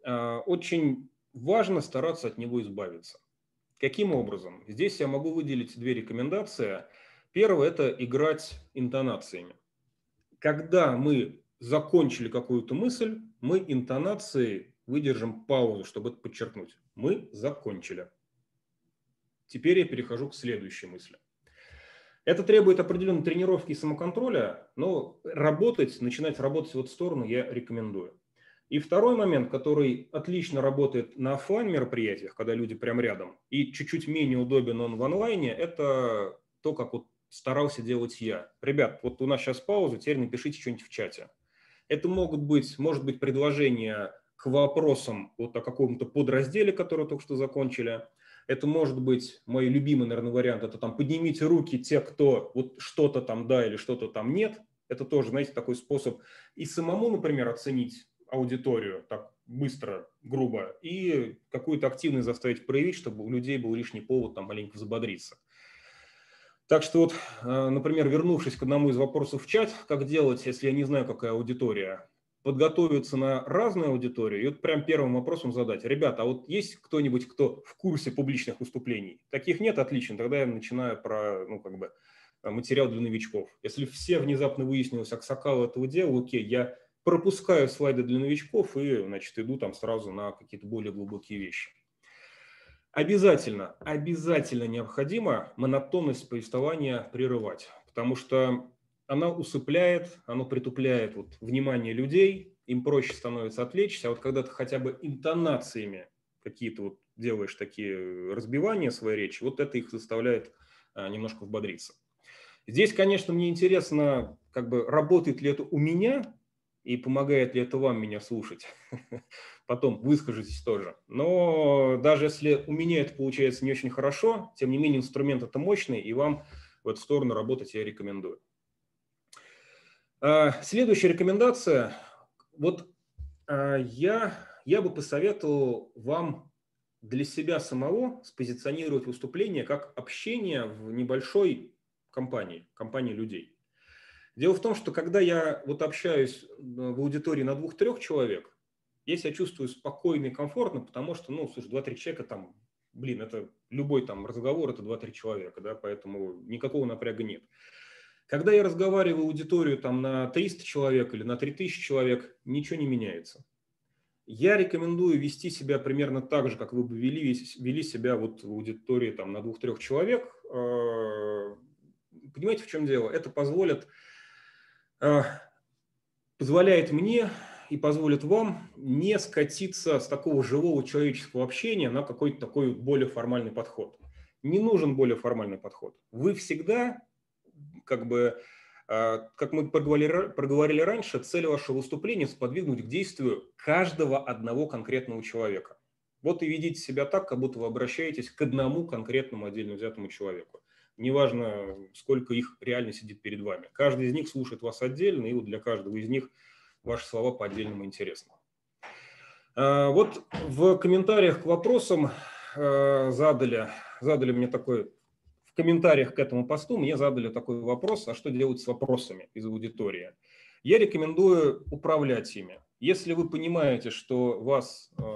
Очень важно стараться от него избавиться. Каким образом? Здесь я могу выделить две рекомендации. Первое – это играть интонациями. Когда мы закончили какую-то мысль, мы интонацией выдержим паузу, чтобы это подчеркнуть. Мы закончили. Теперь я перехожу к следующей мысли. Это требует определенной тренировки и самоконтроля, но работать, начинать работать в эту сторону я рекомендую. И второй момент, который отлично работает на офлайн мероприятиях, когда люди прям рядом, и чуть-чуть менее удобен он в онлайне, это то, как вот старался делать я. Ребят, вот у нас сейчас пауза, теперь напишите что-нибудь в чате. Это могут быть, может быть предложения к вопросам вот о каком-то подразделе, который только что закончили. Это может быть мой любимый, наверное, вариант. Это там поднимите руки те, кто вот что-то там да или что-то там нет. Это тоже, знаете, такой способ и самому, например, оценить аудиторию так быстро, грубо, и какую-то активность заставить проявить, чтобы у людей был лишний повод там маленько взбодриться. Так что вот, например, вернувшись к одному из вопросов в чат, как делать, если я не знаю, какая аудитория, подготовиться на разную аудиторию и вот прям первым вопросом задать: ребята, а вот есть кто-нибудь, кто в курсе публичных выступлений? Таких нет? Отлично, тогда я начинаю про, ну, как бы, материал для новичков. Если все внезапно выяснилось аксакал этого дела, окей, я пропускаю слайды для новичков и, значит, иду там сразу на какие-то более глубокие вещи. Обязательно, обязательно необходимо монотонность повествования прерывать, потому что она усыпляет, она притупляет вот внимание людей, им проще становится отвлечься, а вот когда ты хотя бы интонациями какие-то вот делаешь такие разбивания своей речи, вот это их заставляет а, немножко взбодриться. Здесь, конечно, мне интересно, как бы работает ли это у меня и помогает ли это вам меня слушать. Потом выскажитесь тоже. Но даже если у меня это получается не очень хорошо, тем не менее инструмент это мощный, и вам в эту сторону работать я рекомендую. Следующая рекомендация. Вот я, я бы посоветовал вам для себя самого спозиционировать выступление как общение в небольшой компании, компании людей. Дело в том, что когда я вот общаюсь в аудитории на двух-трех человек, я себя чувствую спокойно и комфортно, потому что, ну, слушай, два-три человека там, блин, это любой там разговор, это два-три человека, да, поэтому никакого напряга нет. Когда я разговариваю в аудиторию там на триста человек или на три тысячи человек, ничего не меняется. Я рекомендую вести себя примерно так же, как вы бы вели, вели себя вот в аудитории там на двух-трех человек. Понимаете, в чем дело? Это позволит, позволяет мне и позволит вам не скатиться с такого живого человеческого общения на какой-то такой более формальный подход. Не нужен более формальный подход. Вы всегда, как бы, как мы проговорили, проговорили раньше, цель вашего выступления – сподвигнуть к действию каждого одного конкретного человека. Вот и ведите себя так, как будто вы обращаетесь к одному конкретному отдельно взятому человеку. Неважно, сколько их реально сидит перед вами. Каждый из них слушает вас отдельно, и вот для каждого из них ваши слова по-отдельному интересны. Вот в комментариях к вопросам задали, задали мне такой, в комментариях к этому посту мне задали такой вопрос: а что делать с вопросами из аудитории? Я рекомендую управлять ими. Если вы понимаете, что вас в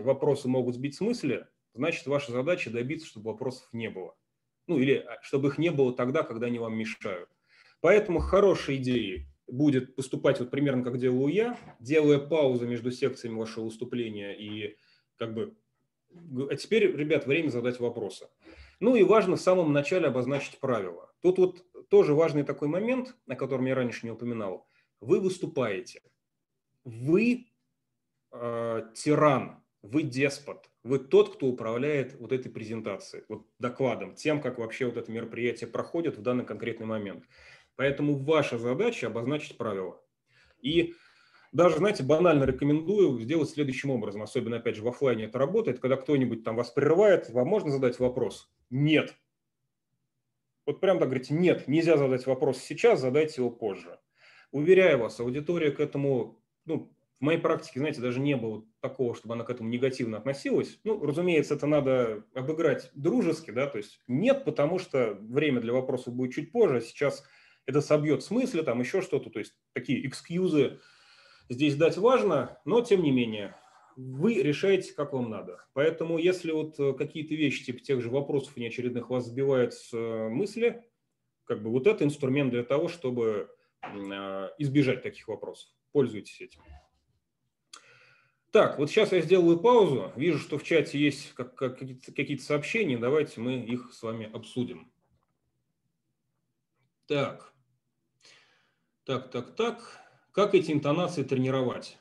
вопросы могут сбить с мысли, значит, ваша задача добиться, чтобы вопросов не было. Ну, или чтобы их не было тогда, когда они вам мешают. Поэтому хорошей идеей будет поступать вот примерно как делаю я, делая паузу между секциями вашего выступления и как бы... А теперь, ребят, время задать вопросы. Ну и важно в самом начале обозначить правила. Тут вот тоже важный такой момент, о котором я раньше не упоминал. Вы выступаете. Вы э, тиран, вы деспот, вы тот, кто управляет вот этой презентацией, вот докладом, тем, как вообще вот это мероприятие проходит в данный конкретный момент. Поэтому ваша задача обозначить правила. И даже, знаете, банально рекомендую сделать следующим образом, особенно, опять же, в офлайне это работает, когда кто-нибудь там вас прерывает, вам можно задать вопрос? Нет. Вот прям так говорите, нет, нельзя задать вопрос сейчас, задайте его позже. Уверяю вас, аудитория к этому, ну, в моей практике, знаете, даже не было такого, чтобы она к этому негативно относилась. Ну, разумеется, это надо обыграть дружески, да, то есть нет, потому что время для вопросов будет чуть позже, а сейчас это собьет с мысли, там еще что-то, то есть такие экскьюзы здесь дать важно, но тем не менее вы решаете, как вам надо. Поэтому если вот какие-то вещи типа тех же вопросов неочередных вас сбивают с мысли, как бы вот это инструмент для того, чтобы избежать таких вопросов. Пользуйтесь этим. Так, вот сейчас я сделаю паузу. Вижу, что в чате есть какие-то сообщения. Давайте мы их с вами обсудим. Так. Так, так, так. Как эти интонации тренировать?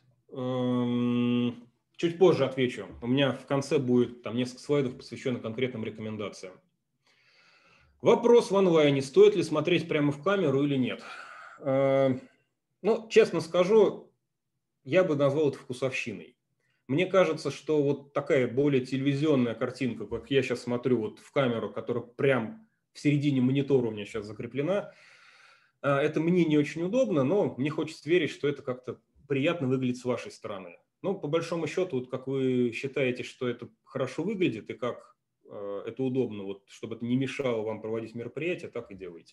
Эм, чуть позже отвечу. У меня в конце будет там несколько слайдов, посвященных конкретным рекомендациям. Вопрос в онлайне. Стоит ли смотреть прямо в камеру или нет? Э, ну, честно скажу, я бы назвал это вкусовщиной. Мне кажется, что вот такая более телевизионная картинка, как я сейчас смотрю вот в камеру, которая прям в середине монитора у меня сейчас закреплена, это мне не очень удобно, но мне хочется верить, что это как-то приятно выглядит с вашей стороны. Ну, по большому счету, вот как вы считаете, что это хорошо выглядит и как э, это удобно, вот, чтобы это не мешало вам проводить мероприятие, так и делайте.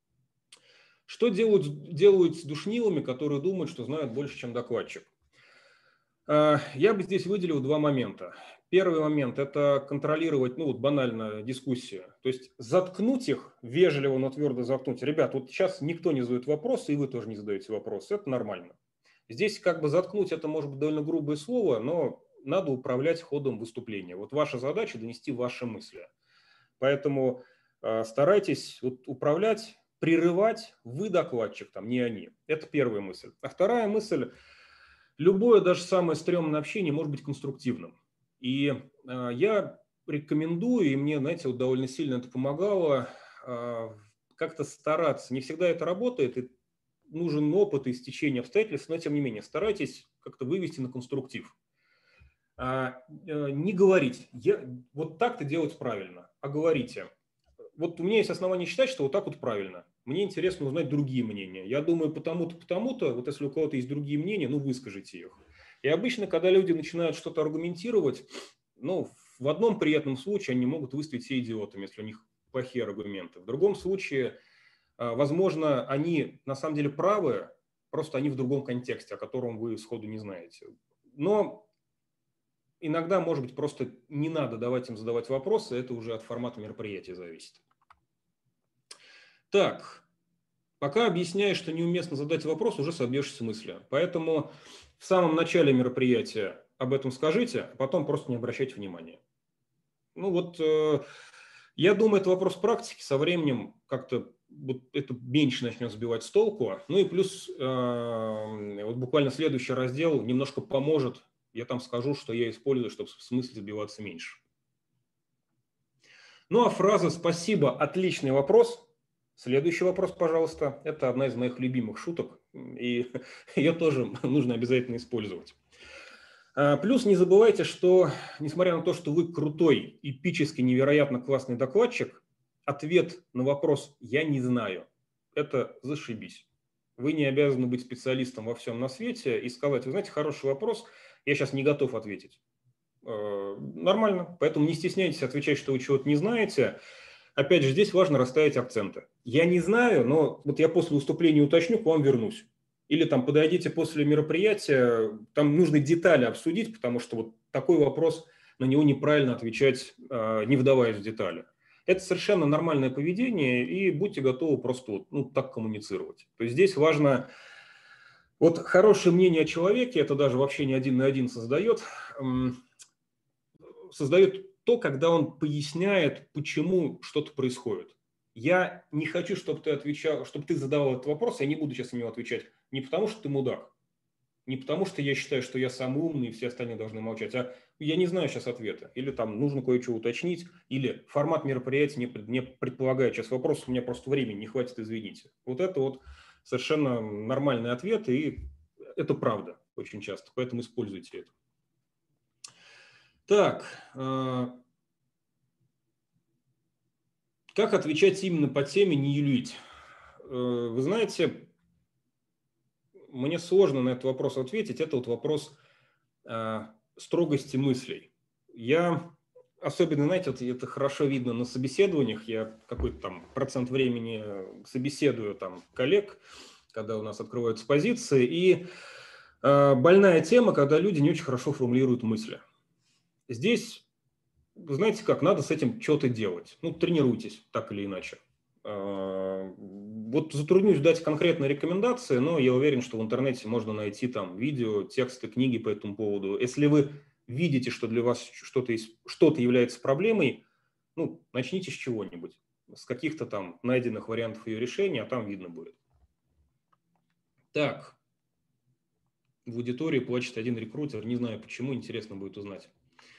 Что делают, делают с душнилами, которые думают, что знают больше, чем докладчик? Э, я бы здесь выделил два момента. Первый момент – это контролировать, ну вот банально, дискуссию. То есть заткнуть их, вежливо, но твердо заткнуть. Ребят, вот сейчас никто не задает вопросы, и вы тоже не задаете вопросы. Это нормально. Здесь как бы заткнуть – это может быть довольно грубое слово, но надо управлять ходом выступления. Вот ваша задача – донести ваши мысли. Поэтому э, старайтесь вот управлять, прерывать вы докладчик, там, не они. Это первая мысль. А вторая мысль – любое, даже самое стрёмное общение может быть конструктивным. И э, я рекомендую, и мне, знаете, вот довольно сильно это помогало, э, как-то стараться. Не всегда это работает, и нужен опыт и стечение обстоятельств, но тем не менее старайтесь как-то вывести на конструктив. А, э, не говорить, я, вот так-то делать правильно, а говорите. Вот у меня есть основания считать, что вот так вот правильно. Мне интересно узнать другие мнения. Я думаю, потому-то, потому-то, вот если у кого-то есть другие мнения, ну, выскажите их. И обычно, когда люди начинают что-то аргументировать, ну, в одном приятном случае они могут выставить себя идиотами, если у них плохие аргументы. В другом случае, возможно, они на самом деле правы, просто они в другом контексте, о котором вы сходу не знаете. Но иногда, может быть, просто не надо давать им задавать вопросы, это уже от формата мероприятия зависит. Так, пока объясняешь, что неуместно задать вопрос, уже собьешься с мысли. Поэтому в самом начале мероприятия об этом скажите, а потом просто не обращайте внимания. Ну вот, э, я думаю, это вопрос практики. Со временем как-то вот это меньше начнет сбивать с толку. Ну и плюс э, вот буквально следующий раздел немножко поможет. Я там скажу, что я использую, чтобы в смысле сбиваться меньше. Ну а фраза «спасибо, отличный вопрос». Следующий вопрос, пожалуйста. Это одна из моих любимых шуток, и ее тоже нужно обязательно использовать. Плюс не забывайте, что, несмотря на то, что вы крутой, эпически, невероятно классный докладчик, ответ на вопрос «я не знаю» – это зашибись. Вы не обязаны быть специалистом во всем на свете и сказать, вы знаете, хороший вопрос, я сейчас не готов ответить. Нормально, поэтому не стесняйтесь отвечать, что вы чего-то не знаете. Опять же, здесь важно расставить акценты. Я не знаю, но вот я после выступления уточню, к вам вернусь. Или там подойдите после мероприятия, там нужно детали обсудить, потому что вот такой вопрос, на него неправильно отвечать, не вдаваясь в детали. Это совершенно нормальное поведение, и будьте готовы просто вот, ну, так коммуницировать. То есть здесь важно, вот хорошее мнение о человеке, это даже вообще не один на один создает, создает то, когда он поясняет, почему что-то происходит. Я не хочу, чтобы ты отвечал, чтобы ты задавал этот вопрос, я не буду сейчас на него отвечать, не потому что ты мудак, не потому что я считаю, что я самый умный и все остальные должны молчать, а я не знаю сейчас ответа, или там нужно кое-что уточнить, или формат мероприятия не, не предполагает сейчас вопрос, у меня просто времени не хватит, извините. Вот это вот совершенно нормальный ответ, и это правда очень часто, поэтому используйте это. Так, как отвечать именно по теме, не юлить? Вы знаете, мне сложно на этот вопрос ответить. Это вот вопрос э, строгости мыслей. Я, особенно, знаете, вот это хорошо видно на собеседованиях. Я какой-то там процент времени собеседую там коллег, когда у нас открываются позиции. И э, больная тема, когда люди не очень хорошо формулируют мысли. Здесь, вы знаете как, надо с этим что-то делать. Ну, тренируйтесь так или иначе. Вот затруднюсь дать конкретные рекомендации, но я уверен, что в интернете можно найти там видео, тексты, книги по этому поводу. Если вы видите, что для вас что-то что-то является проблемой, ну, начните с чего-нибудь, с каких-то там найденных вариантов ее решения, а там видно будет. Так, в аудитории плачет один рекрутер, не знаю почему, интересно будет узнать.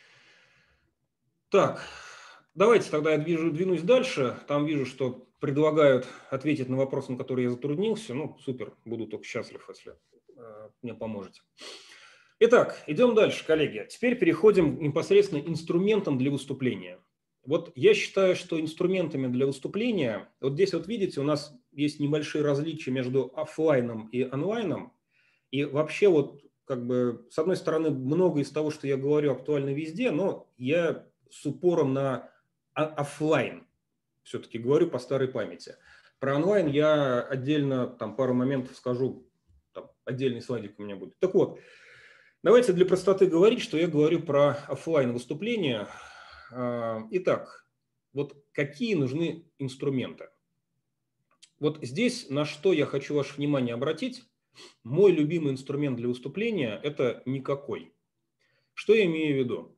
Так, давайте тогда я движу, двинусь дальше. Там вижу, что предлагают ответить на вопрос, на который я затруднился. Ну, супер, буду только счастлив, если э, мне поможете. Итак, идем дальше, коллеги. Теперь переходим непосредственно к инструментам для выступления. Вот я считаю, что инструментами для выступления, вот здесь вот видите, у нас есть небольшие различия между офлайном и онлайном. И вообще вот как бы с одной стороны много из того, что я говорю, актуально везде, но я с упором на офлайн все-таки говорю по старой памяти. Про онлайн я отдельно там пару моментов скажу, там, отдельный слайдик у меня будет. Так вот, давайте для простоты говорить, что я говорю про офлайн выступления. Итак, вот какие нужны инструменты? Вот здесь на что я хочу ваше внимание обратить. Мой любимый инструмент для выступления – это никакой. Что я имею в виду?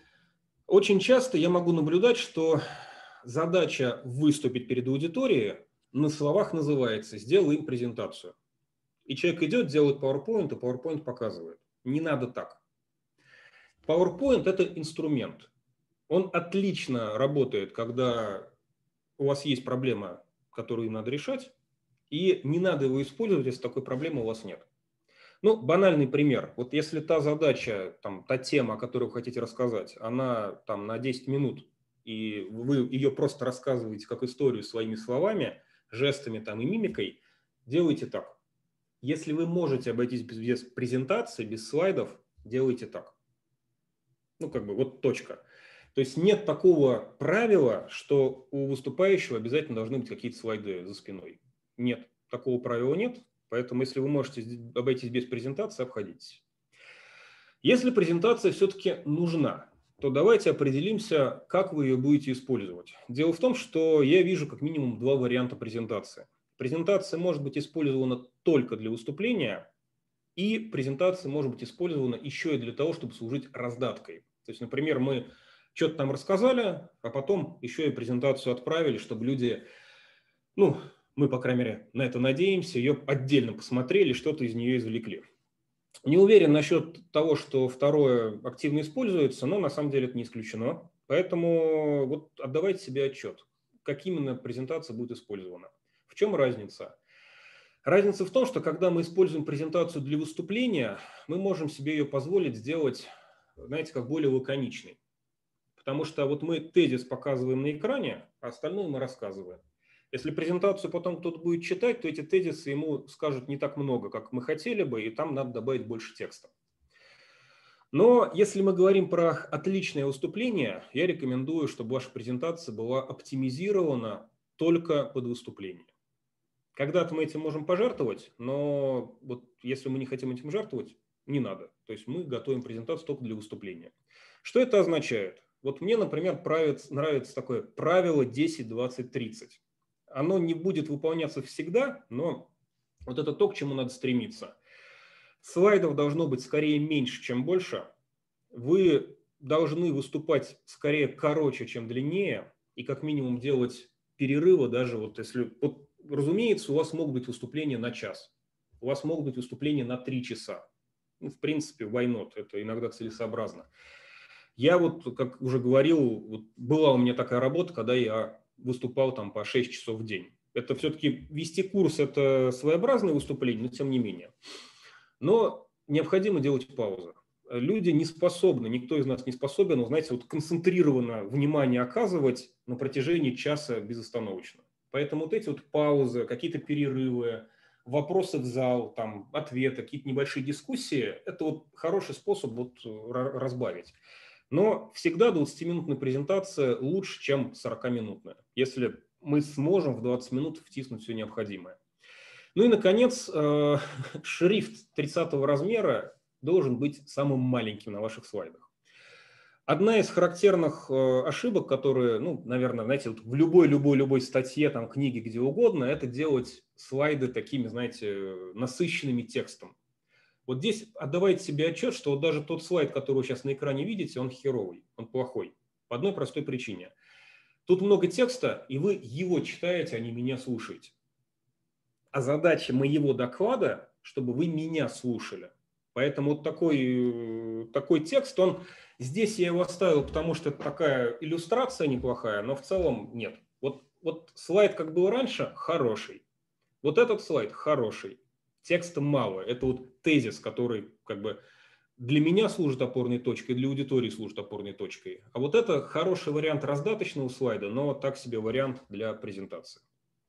Очень часто я могу наблюдать, что задача выступить перед аудиторией на словах называется «сделай им презентацию». И человек идет, делает PowerPoint, и PowerPoint показывает. Не надо так. PowerPoint – это инструмент. Он отлично работает, когда у вас есть проблема, которую надо решать, и не надо его использовать, если такой проблемы у вас нет. Ну, банальный пример. Вот если та задача, там, та тема, о которой вы хотите рассказать, она там на десять минут, и вы ее просто рассказываете как историю своими словами, жестами там, и мимикой, делайте так. Если вы можете обойтись без, без презентации, без слайдов, делайте так. Ну, как бы вот точка. То есть нет такого правила, что у выступающего обязательно должны быть какие-то слайды за спиной. Нет, такого правила нет. Поэтому, если вы можете обойтись без презентации, обходитесь. Если презентация все-таки нужна, то давайте определимся, как вы ее будете использовать. Дело в том, что я вижу как минимум два варианта презентации. Презентация может быть использована только для выступления, и презентация может быть использована еще и для того, чтобы служить раздаткой. То есть, например, мы что-то там рассказали, а потом еще и презентацию отправили, чтобы люди, ну, мы, по крайней мере, на это надеемся, ее отдельно посмотрели, что-то из нее извлекли. Не уверен насчет того, что второе активно используется, но на самом деле это не исключено. Поэтому вот отдавайте себе отчет, как именно презентация будет использована. В чем разница? Разница в том, что когда мы используем презентацию для выступления, мы можем себе ее позволить сделать, знаете, как более лаконичной. Потому что вот мы тезис показываем на экране, а остальное мы рассказываем. Если презентацию потом кто-то будет читать, то эти тезисы ему скажут не так много, как мы хотели бы, и там надо добавить больше текста. Но если мы говорим про отличное выступление, я рекомендую, чтобы ваша презентация была оптимизирована только под выступление. Когда-то мы этим можем пожертвовать, но вот если мы не хотим этим жертвовать, не надо. То есть мы готовим презентацию только для выступления. Что это означает? Вот мне, например, нравится, нравится такое правило десять двадцать тридцать. Оно не будет выполняться всегда, но вот это то, к чему надо стремиться. Слайдов должно быть скорее меньше, чем больше. Вы должны выступать скорее короче, чем длиннее, и как минимум делать перерывы, даже вот если... Вот, разумеется, у вас могут быть выступления на час, у вас могут быть выступления на три часа. Ну, в принципе, why not? Это иногда целесообразно. Я вот, как уже говорил, вот была у меня такая работа, когда я выступал там по шесть часов в день. Это все-таки вести курс – это своеобразное выступление, но тем не менее. Но необходимо делать паузы. Люди не способны, никто из нас не способен, знаете, вот концентрированно внимание оказывать на протяжении часа безостановочно. Поэтому вот эти вот паузы, какие-то перерывы, вопросы в зал, там, ответы, какие-то небольшие дискуссии – это вот хороший способ вот разбавить. Но всегда двадцатиминутная презентация лучше, чем сорокаминутная, если мы сможем в двадцать минут втиснуть все необходимое. Ну и, наконец, шрифт тридцатого размера должен быть самым маленьким на ваших слайдах. Одна из характерных ошибок, которые, ну, наверное, знаете, вот в любой-любой-любой статье, там, книге, где угодно, это делать слайды такими, знаете, насыщенными текстом. Вот здесь отдавайте себе отчет, что вот даже тот слайд, который вы сейчас на экране видите, он херовый, он плохой. По одной простой причине. Тут много текста, и вы его читаете, а не меня слушаете. А задача моего доклада, чтобы вы меня слушали. Поэтому вот такой, такой текст, он здесь я его оставил, потому что это такая иллюстрация неплохая, но в целом нет. Вот, вот слайд, как был раньше, хороший. Вот этот слайд хороший. Текста мало. Это вот тезис, который как бы для меня служит опорной точкой, для аудитории служит опорной точкой. А вот это хороший вариант раздаточного слайда, но так себе вариант для презентации.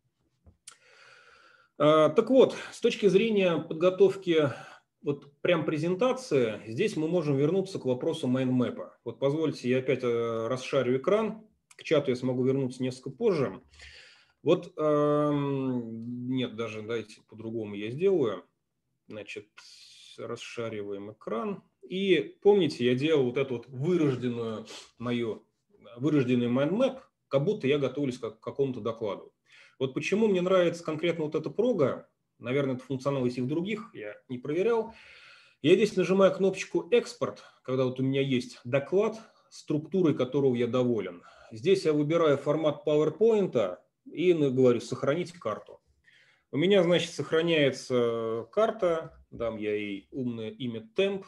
Так вот, с точки зрения подготовки вот прям презентации, здесь мы можем вернуться к вопросу майндмэпа. Вот позвольте, я опять расшарю экран. К чату я смогу вернуться несколько позже. Вот, эм, нет, даже дайте по-другому я сделаю. Значит, расшариваем экран. И помните, я делал вот эту вот вырожденную мою, вырожденный майндмэп, как будто я готовлюсь к какому-то докладу. Вот почему мне нравится конкретно вот эта прога, наверное, это функционал есть и в других, я не проверял. Я здесь нажимаю кнопочку «Экспорт», когда вот у меня есть доклад, структурой которого я доволен. Здесь я выбираю формат PowerPoint и говорю «Сохранить карту». У меня, значит, сохраняется карта, дам я ей умное имя темп.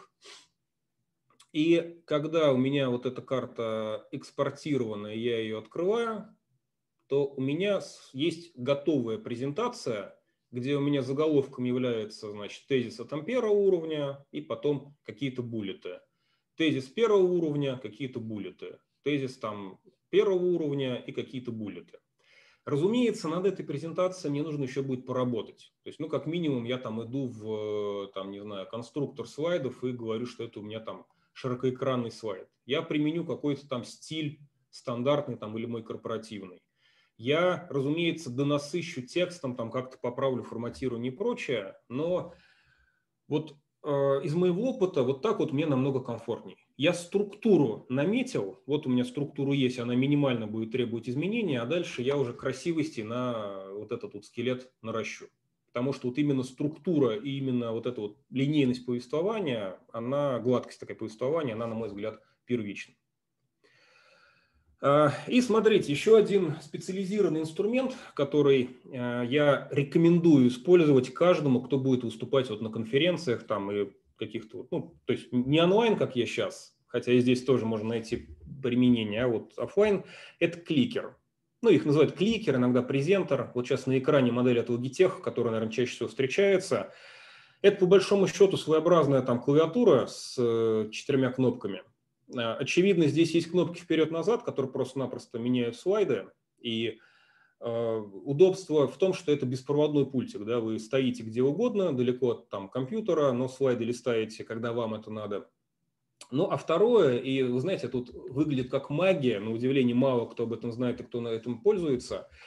И когда у меня вот эта карта экспортирована, я ее открываю, то у меня есть готовая презентация, где у меня заголовком является, значит, тезис там первого уровня и потом какие-то буллеты. Тезис первого уровня, какие-то буллеты. Тезис там первого уровня и какие-то буллеты. Разумеется, над этой презентацией мне нужно еще будет поработать. То есть, ну, как минимум, я там иду в, там, не знаю, конструктор слайдов и говорю, что это у меня там широкоэкранный слайд. Я применю какой-то там стиль стандартный там или мой корпоративный. Я, разумеется, донасыщу текстом, там как-то поправлю форматирование и прочее, но вот э, из моего опыта вот так вот мне намного комфортней. Я структуру наметил, вот у меня структура есть, она минимально будет требовать изменения, а дальше я уже красивости на вот этот вот скелет наращу. Потому что вот именно структура и именно вот эта вот линейность повествования, она, гладкость такая повествования, она, на мой взгляд, первична. И смотрите, еще один специализированный инструмент, который я рекомендую использовать каждому, кто будет выступать вот на конференциях там и каких-то, ну, то есть не онлайн, как я сейчас, хотя и здесь тоже можно найти применение, а вот офлайн, это кликер. Ну, их называют кликер, иногда презентер. Вот сейчас на экране модель от Logitech, которая, наверное, чаще всего встречается. Это, по большому счету, своеобразная там клавиатура с четырьмя кнопками. Очевидно, здесь есть кнопки вперед-назад, которые просто-напросто меняют слайды. И э, удобство в том, что это беспроводной пультик. Да? Вы стоите где угодно, далеко от там, компьютера, но слайды листаете, когда вам это надо. Ну, а второе, и вы знаете, тут выглядит как магия, на удивление мало кто об этом знает и кто на этом пользуется.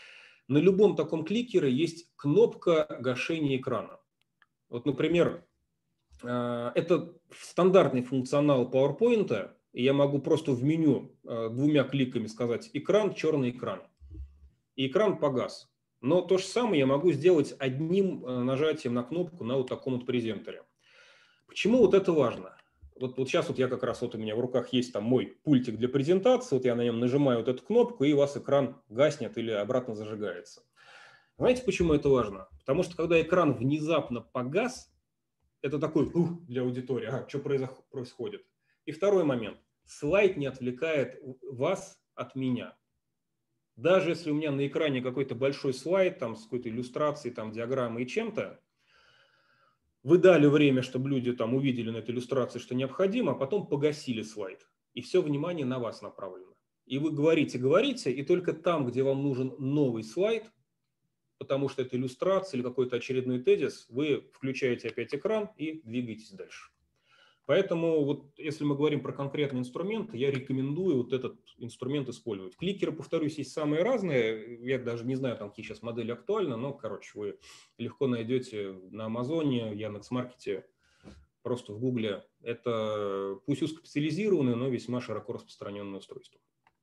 На любом таком кликере есть кнопка гашения экрана. Вот, например, это стандартный функционал PowerPoint, и я могу просто в меню двумя кликами сказать «экран», «черный экран», и экран погас. Но то же самое я могу сделать одним нажатием на кнопку на вот таком вот презентере. Почему вот это важно? Вот, вот сейчас вот я как раз, вот у меня в руках есть там мой пультик для презентации, вот я на нем нажимаю вот эту кнопку, и у вас экран гаснет или обратно зажигается. Знаете, почему это важно? Потому что когда экран внезапно погас, это такой ух, для аудитории, а, что происходит? И второй момент. Слайд не отвлекает вас от меня. Даже если у меня на экране какой-то большой слайд там, с какой-то иллюстрацией, там, диаграммой и чем-то, вы дали время, чтобы люди там увидели на этой иллюстрации, что необходимо, а потом погасили слайд. И все внимание на вас направлено. И вы говорите, говорите, и только там, где вам нужен новый слайд, потому что это иллюстрация или какой-то очередной тезис, вы включаете опять экран и двигаетесь дальше. Поэтому вот если мы говорим про конкретный инструмент, я рекомендую вот этот инструмент использовать. Кликеры, повторюсь, есть самые разные. Я даже не знаю, там, какие сейчас модели актуальны, но, короче, вы легко найдете на Амазоне, Яндекс.Маркете, просто в Гугле. Это пусть узкоспециализированное, но весьма широко распространенное устройство.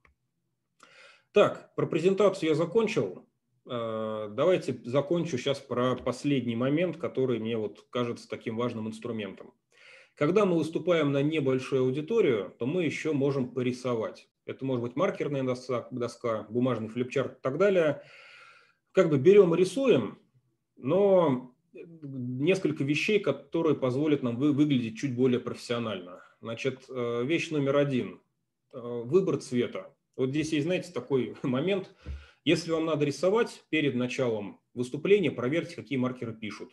Так, про презентацию я закончил. Давайте закончу сейчас про последний момент, который мне вот кажется таким важным инструментом. Когда мы выступаем на небольшую аудиторию, то мы еще можем порисовать. Это может быть маркерная доска, доска, бумажный флипчарт и так далее. Как бы берем и рисуем, но несколько вещей, которые позволят нам выглядеть чуть более профессионально. Значит, вещь номер один – выбор цвета. Вот здесь есть, знаете, такой момент. Если вам надо рисовать перед началом выступления, проверьте, какие маркеры пишут.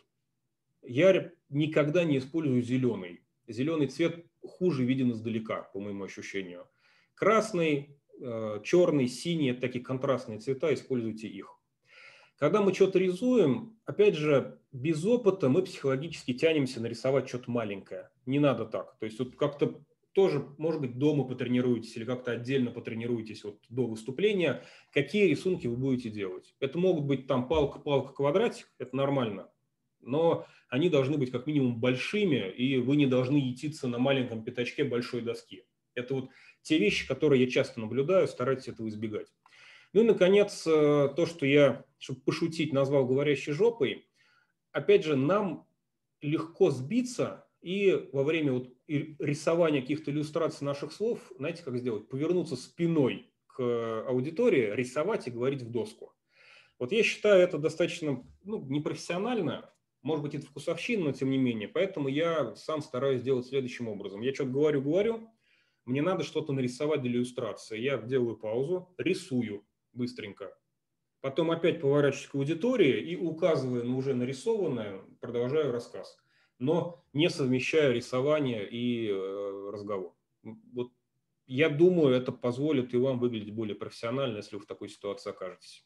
Я никогда не использую зеленый. Зеленый цвет хуже виден издалека, по моему ощущению. Красный, черный, синий – это такие контрастные цвета, используйте их. Когда мы что-то рисуем, опять же, без опыта мы психологически тянемся нарисовать что-то маленькое. Не надо так. То есть вот как-то тоже, может быть, дома потренируетесь или как-то отдельно потренируетесь вот до выступления, какие рисунки вы будете делать. Это могут быть там палка, палка, квадратик, это нормально. Но они должны быть как минимум большими, и вы не должны ютиться на маленьком пятачке большой доски. Это вот те вещи, которые я часто наблюдаю, старайтесь этого избегать. Ну и, наконец, то, что я, чтобы пошутить, назвал говорящей жопой. Опять же, нам легко сбиться и во время вот рисования каких-то иллюстраций наших слов, знаете, как сделать? Повернуться спиной к аудитории, рисовать и говорить в доску. Вот я считаю это достаточно ну, непрофессионально. Может быть, это вкусовщина, но тем не менее. Поэтому я сам стараюсь делать следующим образом. Я что-то говорю-говорю, мне надо что-то нарисовать для иллюстрации. Я делаю паузу, рисую быстренько. Потом опять поворачиваюсь к аудитории и, указывая на уже нарисованное, продолжаю рассказ. Но не совмещаю рисование и э, разговор. Вот я думаю, это позволит и вам выглядеть более профессионально, если вы в такой ситуации окажетесь.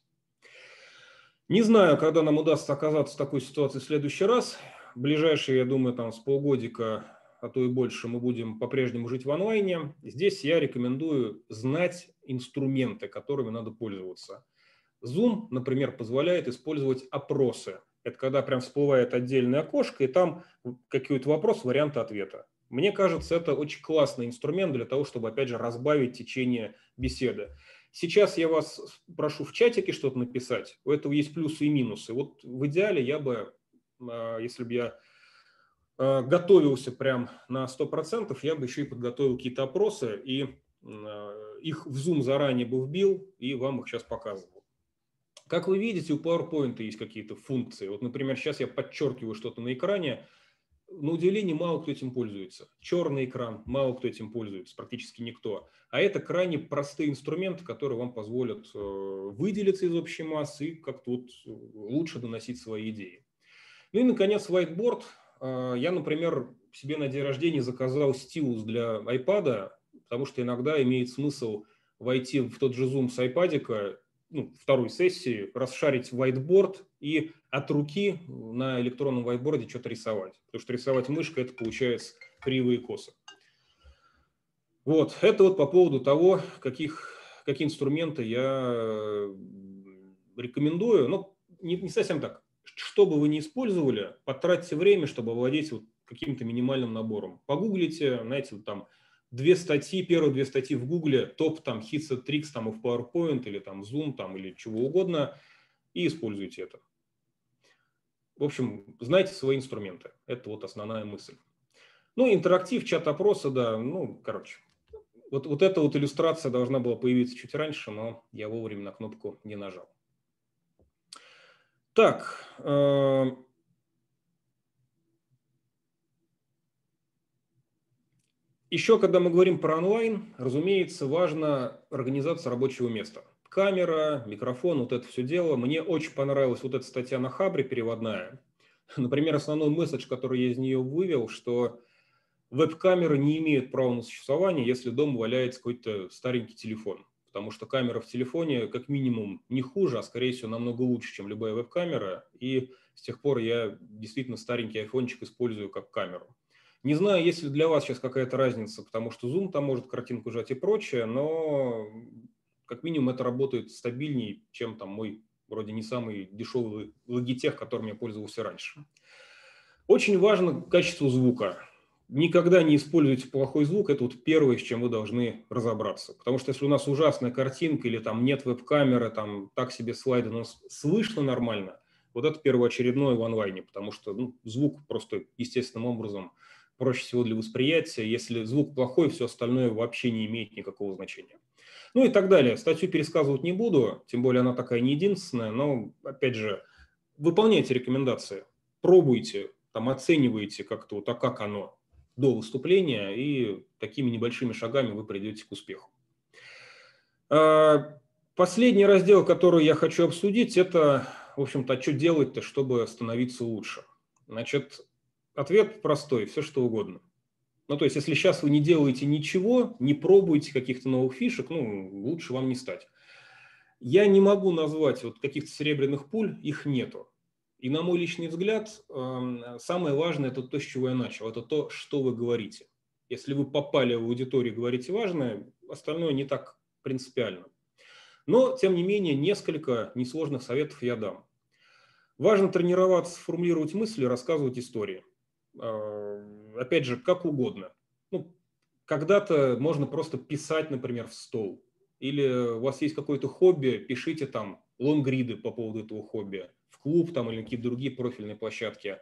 Не знаю, когда нам удастся оказаться в такой ситуации в следующий раз. В ближайшие, я думаю, там с полгодика, а то и больше, мы будем по-прежнему жить в онлайне. Здесь я рекомендую знать инструменты, которыми надо пользоваться. Zoom, например, позволяет использовать опросы. Это когда прям всплывает отдельное окошко, и там какой-то вопрос, вариант ответа. Мне кажется, это очень классный инструмент для того, чтобы, опять же, разбавить течение беседы. Сейчас я вас прошу в чатике что-то написать. У этого есть плюсы и минусы. Вот в идеале я бы, если бы я готовился прям на сто процентов, я бы еще и подготовил какие-то опросы, и их в Zoom заранее бы вбил, и вам их сейчас показывал. Как вы видите, у PowerPoint есть какие-то функции. Вот, например, сейчас я подчеркиваю что-то на экране. На удивление, мало кто этим пользуется. Черный экран, мало кто этим пользуется, практически никто. А это крайне простые инструменты, которые вам позволят выделиться из общей массы и как-то вот лучше доносить свои идеи. Ну и, наконец, whiteboard. Я, например, себе на день рождения заказал стилус для iPad, потому что иногда имеет смысл войти в тот же Zoom с iPad'ика, ну, второй сессии, расшарить whiteboard и от руки на электронном whiteboard что-то рисовать. Потому что рисовать мышкой это получается кривые косы. Вот, это вот по поводу того, каких, какие инструменты я рекомендую, но не, не совсем так. Что бы вы ни использовали, потратьте время, чтобы овладеть вот каким-то минимальным набором. Погуглите, знаете, там две статьи, первые две статьи в Гугле, топ там hits and tricks там и в PowerPoint или там Zoom там или чего угодно, и используйте это. В общем, знайте свои инструменты. Это вот основная мысль. Ну, интерактив, чат опроса, да, ну, короче. Вот, вот эта вот иллюстрация должна была появиться чуть раньше, но я вовремя на кнопку не нажал. Так. Э Еще, когда мы говорим про онлайн, разумеется, важна организация рабочего места. Камера, микрофон, вот это все дело. Мне очень понравилась вот эта статья на Хабре переводная. Например, основной месседж, который я из нее вывел, что веб-камеры не имеют права на существование, если дома валяется какой-то старенький телефон. Потому что камера в телефоне как минимум не хуже, а скорее всего намного лучше, чем любая веб-камера. И с тех пор я действительно старенький айфончик использую как камеру. Не знаю, есть ли для вас сейчас какая-то разница, потому что Zoom там может картинку сжать и прочее, но как минимум это работает стабильнее, чем там мой вроде не самый дешевый Logitech, которым я пользовался раньше. Очень важно качество звука. Никогда не используйте плохой звук, это вот первое, с чем вы должны разобраться. Потому что если у нас ужасная картинка или там нет веб-камеры, там так себе слайды, но слышно нормально, вот это первоочередное в онлайне, потому что ну, звук просто естественным образом проще всего для восприятия. Если звук плохой, все остальное вообще не имеет никакого значения. Ну и так далее. Статью пересказывать не буду, тем более она такая не единственная, но, опять же, выполняйте рекомендации, пробуйте, там, оценивайте как-то вот, а как оно до выступления, и такими небольшими шагами вы придете к успеху. Последний раздел, который я хочу обсудить, это, в общем-то, что делать-то, чтобы становиться лучше. Значит, ответ простой, все что угодно. Ну, то есть, если сейчас вы не делаете ничего, не пробуете каких-то новых фишек, ну, лучше вам не стать. Я не могу назвать вот каких-то серебряных пуль, их нету. И на мой личный взгляд, самое важное – это то, с чего я начал, это то, что вы говорите. Если вы попали в аудиторию и говорите важное, остальное не так принципиально. Но, тем не менее, несколько несложных советов я дам. Важно тренироваться, формулировать мысли, рассказывать истории. Опять же, как угодно. Ну, когда-то можно просто писать, например, в стол. Или у вас есть какое-то хобби, пишите там лонгриды по поводу этого хобби. В клуб там или какие-то другие профильные площадки.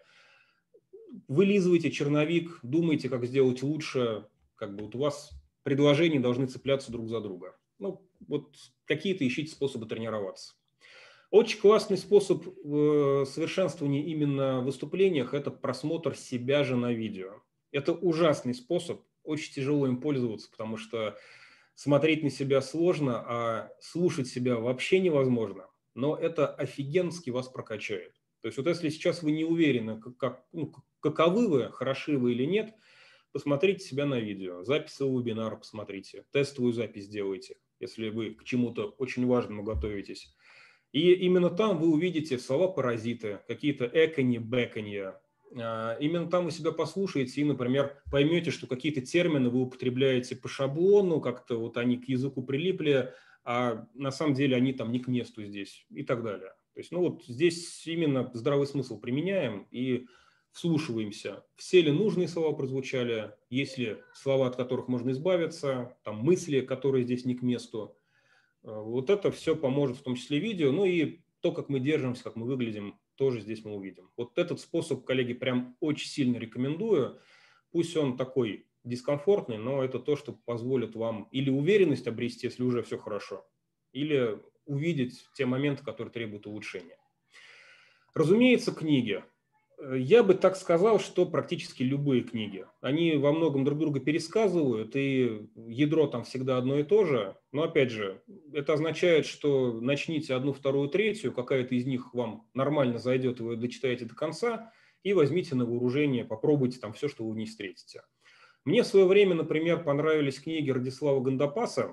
Вылизывайте черновик, думайте, как сделать лучше. Как бы вот у вас предложения должны цепляться друг за друга. Ну, вот какие-то ищите способы тренироваться. Очень классный способ совершенствования именно в выступлениях – это просмотр себя же на видео. Это ужасный способ, очень тяжело им пользоваться, потому что смотреть на себя сложно, а слушать себя вообще невозможно. Но это офигенски вас прокачает. То есть вот если сейчас вы не уверены, как, ну, каковы вы, хороши вы или нет, посмотрите себя на видео, запись вебинара посмотрите, тестовую запись сделайте, если вы к чему-то очень важному готовитесь. И именно там вы увидите слова-паразиты, какие-то эканье, бэканье. Именно там вы себя послушаете и, например, поймете, что какие-то термины вы употребляете по шаблону, как-то вот они к языку прилипли, а на самом деле они там не к месту здесь и так далее. То есть, ну вот здесь именно здравый смысл применяем и вслушиваемся, все ли нужные слова прозвучали, есть ли слова, от которых можно избавиться, там мысли, которые здесь не к месту. Вот это все поможет, в том числе видео, ну и то, как мы держимся, как мы выглядим, тоже здесь мы увидим. Вот этот способ, коллеги, прям очень сильно рекомендую. Пусть он такой дискомфортный, но это то, что позволит вам или уверенность обрести, если уже все хорошо, или увидеть те моменты, которые требуют улучшения. Разумеется, книги. Я бы так сказал, что практически любые книги. Они во многом друг друга пересказывают, и ядро там всегда одно и то же. Но опять же, это означает, что начните одну, вторую, третью, какая-то из них вам нормально зайдет, и вы дочитаете до конца, и возьмите на вооружение, попробуйте там все, что вы не встретите. Мне в свое время, например, понравились книги Радислава Гандапаса,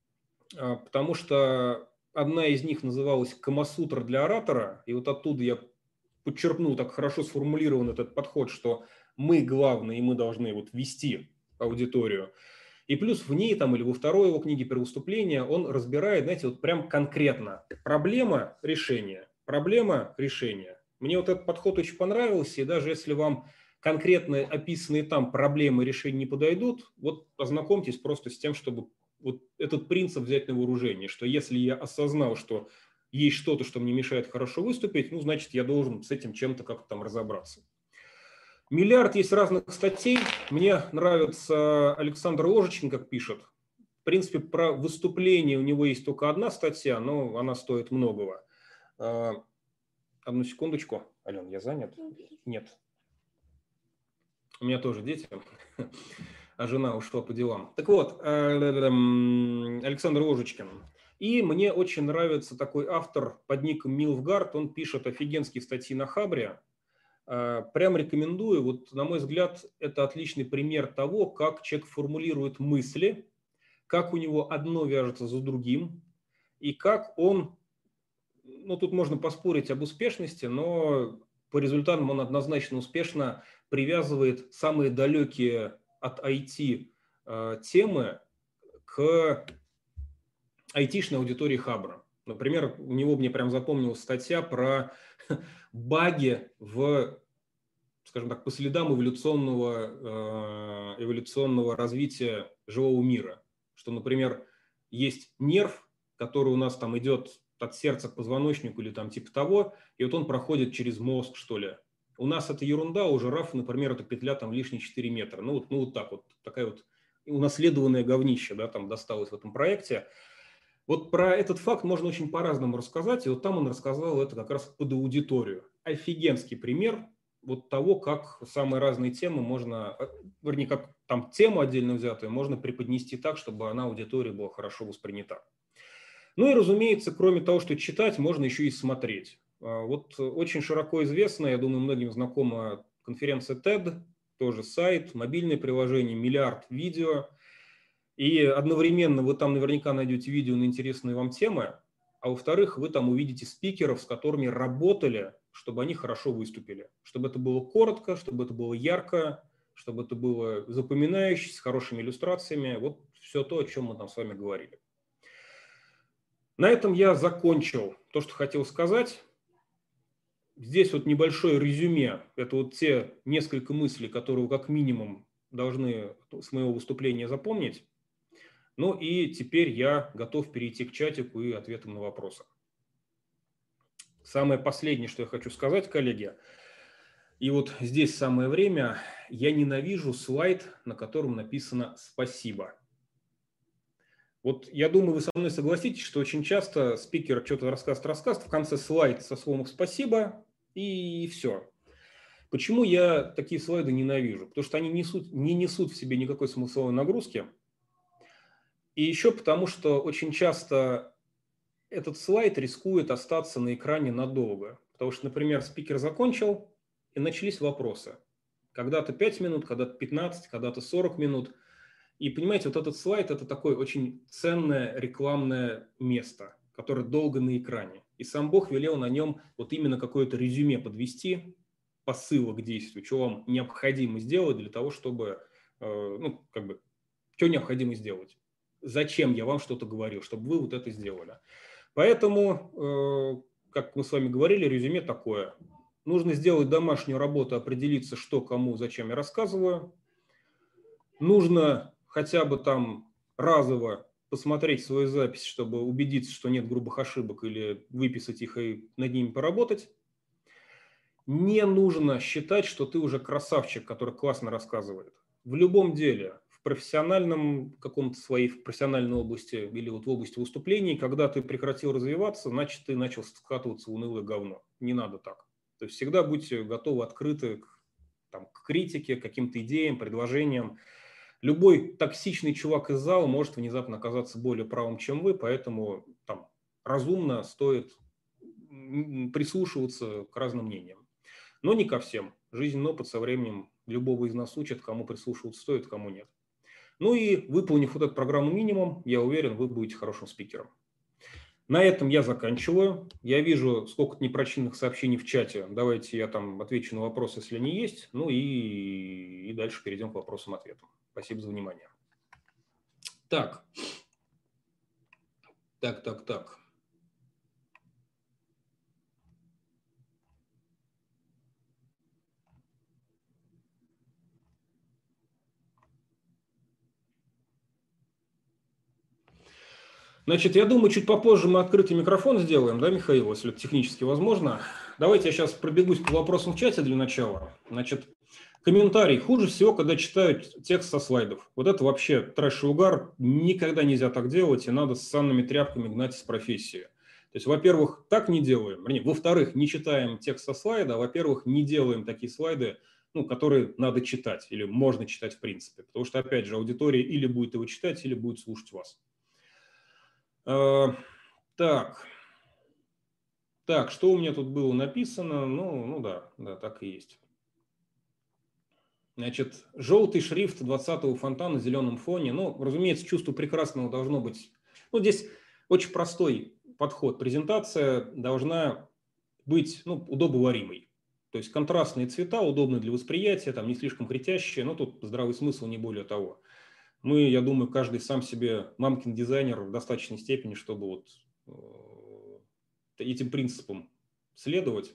потому что одна из них называлась «Камасутра для оратора», и вот оттуда я подчеркнул, так хорошо сформулирован этот подход, что мы главные, и мы должны вот вести аудиторию. И плюс в ней там или во второй его книге про выступление он разбирает, знаете, вот прям конкретно проблема, решение, проблема, решение. Мне вот этот подход очень понравился, и даже если вам конкретно описанные там проблемы, решения не подойдут, вот ознакомьтесь просто с тем, чтобы вот этот принцип взять на вооружение, что если я осознал, что есть что-то, что мне мешает хорошо выступить, ну, значит, я должен с этим чем-то как-то там разобраться. Миллиард есть разных статей. Мне нравится Александр Ложечкин, как пишет. В принципе, про выступление у него есть только одна статья, но она стоит многого. Одну секундочку. Ален, я занят? Нет. У меня тоже дети, а жена ушла по делам. Так вот, Александр Ложечкин. И мне очень нравится такой автор под ником Милфгард. Он пишет офигенские статьи на Хабре. Прям рекомендую. Вот, на мой взгляд, это отличный пример того, как человек формулирует мысли, как у него одно вяжется за другим, и как он, ну тут можно поспорить об успешности, но по результатам он однозначно успешно привязывает самые далекие от ай ти темы к айтишной аудитории Хабра. Например, у него мне прям запомнилась статья про баги в, скажем так, по следам эволюционного, эволюционного развития живого мира. Что, например, есть нерв, который у нас там идет от сердца к позвоночнику или там типа того, и вот он проходит через мозг, что ли. У нас это ерунда, у жирафа, например, эта петля там лишние четыре метра. Ну вот, ну вот так вот, такая вот унаследованное говнище, да, там досталось в этом проекте. Вот про этот факт можно очень по-разному рассказать, и вот там он рассказал это как раз под аудиторию. Офигенский пример вот того, как самые разные темы можно, вернее, как там тему отдельно взятую, можно преподнести так, чтобы она аудитории была хорошо воспринята. Ну и, разумеется, кроме того, что читать, можно еще и смотреть. Вот очень широко известна, я думаю, многим знакома конференция тед, тоже сайт, мобильное приложение, миллиард видео. И одновременно вы там наверняка найдете видео на интересные вам темы, а во-вторых, вы там увидите спикеров, с которыми работали, чтобы они хорошо выступили. Чтобы это было коротко, чтобы это было ярко, чтобы это было запоминающееся, с хорошими иллюстрациями. Вот все то, о чем мы там с вами говорили. На этом я закончил то, что хотел сказать. Здесь вот небольшое резюме. Это вот те несколько мыслей, которые вы как минимум должны с моего выступления запомнить. Ну и теперь я готов перейти к чатику и ответам на вопросы. Самое последнее, что я хочу сказать, коллеги, и вот здесь самое время, я ненавижу слайд, на котором написано «спасибо». Вот я думаю, вы со мной согласитесь, что очень часто спикер что-то рассказывает, рассказывает, в конце слайд со словом «спасибо» и все. Почему я такие слайды ненавижу? Потому что они несут, не несут в себе никакой смысловой нагрузки. И еще потому, что очень часто этот слайд рискует остаться на экране надолго. Потому что, например, спикер закончил, и начались вопросы. Когда-то пять минут, когда-то пятнадцать, когда-то сорок минут. И понимаете, вот этот слайд – это такое очень ценное рекламное место, которое долго на экране. И сам Бог велел на нем вот именно какое-то резюме подвести, посылы к действию, что вам необходимо сделать для того, чтобы, ну, как бы, что необходимо сделать. Зачем я вам что-то говорил, чтобы вы вот это сделали. Поэтому, как мы с вами говорили, резюме такое. Нужно сделать домашнюю работу, определиться, что, кому, зачем я рассказываю. Нужно хотя бы там разово посмотреть свою запись, чтобы убедиться, что нет грубых ошибок, или выписать их и над ними поработать. Не нужно считать, что ты уже красавчик, который классно рассказывает. В любом деле, в профессиональном каком-то своей в профессиональной области или вот в области выступлений, когда ты прекратил развиваться, значит, ты начал скатываться в унылое говно. Не надо так. То есть всегда будьте готовы, открыты к, там, к критике, к каким-то идеям, предложениям. Любой токсичный чувак из зала может внезапно оказаться более правым, чем вы, поэтому там разумно стоит прислушиваться к разным мнениям. Но не ко всем. Жизненный опыт со временем любого из нас учит, кому прислушиваться стоит, кому нет. Ну и выполнив вот эту программу минимум, я уверен, вы будете хорошим спикером. На этом я заканчиваю. Я вижу сколько-то непрочитанных сообщений в чате. Давайте я там отвечу на вопросы, если они есть. Ну и, и дальше перейдем к вопросам-ответам. Спасибо за внимание. Так, так, так, так. Значит, я думаю, чуть попозже мы открытый микрофон сделаем, да, Михаил, если это технически возможно. Давайте я сейчас пробегусь по вопросам в чате для начала. Значит, комментарий. Хуже всего, когда читают текст со слайдов. Вот это вообще трэш и угар. Никогда нельзя так делать, и надо с санными тряпками гнать из профессии. То есть, во-первых, так не делаем. Во-вторых, не читаем текст со слайда. А во-первых, не делаем такие слайды, ну, которые надо читать или можно читать в принципе. Потому что, опять же, аудитория или будет его читать, или будет слушать вас. Так, так, что у меня тут было написано? Ну, ну да, да, так и есть. Значит, желтый шрифт двадцатого фонта на зеленом фоне. Ну, разумеется, чувство прекрасного должно быть. Ну, здесь очень простой подход. Презентация должна быть, ну, удобоваримой. То есть контрастные цвета, удобные для восприятия, там не слишком кричащие, но тут здравый смысл, не более того. Мы, я думаю, каждый сам себе мамкин дизайнер в достаточной степени, чтобы вот этим принципам следовать.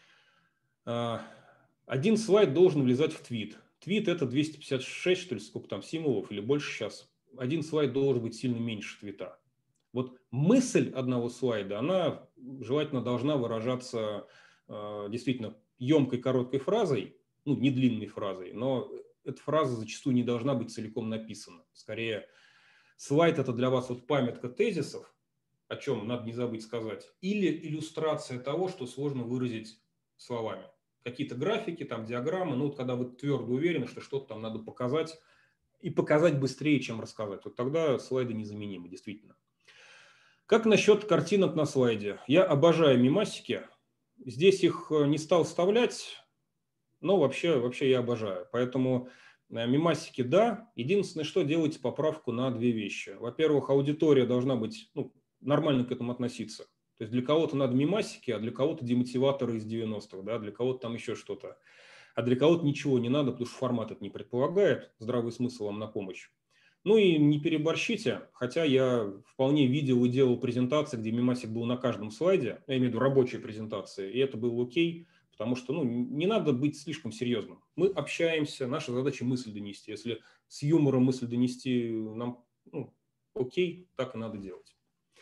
Один слайд должен влезать в твит. Твит – это двести пятьдесят шесть, что ли, сколько там символов, или больше сейчас. Один слайд должен быть сильно меньше твита. Вот мысль одного слайда, она желательно должна выражаться действительно емкой короткой фразой, ну, не длинной фразой, но эта фраза зачастую не должна быть целиком написана. Скорее, слайд – это для вас вот памятка тезисов, о чем надо не забыть сказать, или иллюстрация того, что сложно выразить словами. Какие-то графики, там диаграммы, ну вот когда вы твердо уверены, что что-то там надо показать, и показать быстрее, чем рассказать. Вот тогда слайды незаменимы, действительно. Как насчет картинок на слайде? Я обожаю мемасики. Здесь их не стал вставлять, но вообще, вообще я обожаю. Поэтому мемасики, да. Единственное, что делайте поправку на две вещи. Во-первых, аудитория должна быть, ну, нормально к этому относиться. То есть для кого-то надо мемасики, а для кого-то демотиваторы из девяностых, да, для кого-то там еще что-то. А для кого-то ничего не надо, потому что формат это не предполагает. Здравый смысл вам на помощь. Ну и не переборщите, хотя я вполне видел и делал презентации, где мемасик был на каждом слайде, я имею в виду рабочие презентации, и это было окей, потому что, ну, не надо быть слишком серьезным. Мы общаемся, наша задача мысль донести. Если с юмором мысль донести нам, ну, окей, так и надо делать.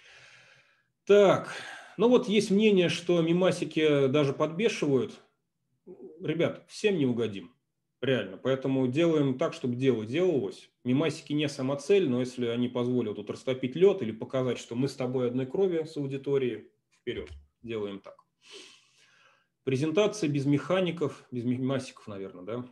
Так, ну вот есть мнение, что мемасики даже подбешивают. Ребят, всем не угодим. Реально. Поэтому делаем так, чтобы дело делалось. Мемасики не самоцель, но если они позволят тут растопить лед или показать, что мы с тобой одной крови с аудиторией, вперед, делаем так. Презентация без механиков, без мемасиков, наверное, да?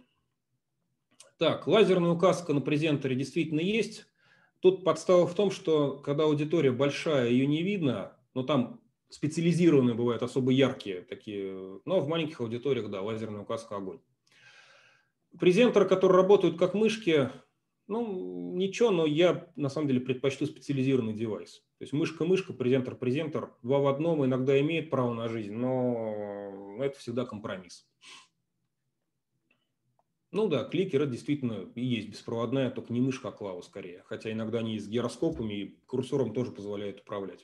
Так, лазерная указка на презентере действительно есть. Тут подстава в том, что когда аудитория большая, ее не видно, но там специализированные бывают, особо яркие такие, но в маленьких аудиториях, да, лазерная указка огонь. Презентеры, которые работают как мышки, ну, ничего, но я на самом деле предпочту специализированный девайс. То есть мышка-мышка, презентер-презентер, два в одном иногда имеет право на жизнь, но это всегда компромисс. Ну да, кликер это действительно и есть беспроводная, только не мышка, а клава скорее. Хотя иногда они и с гироскопами, и курсором тоже позволяют управлять.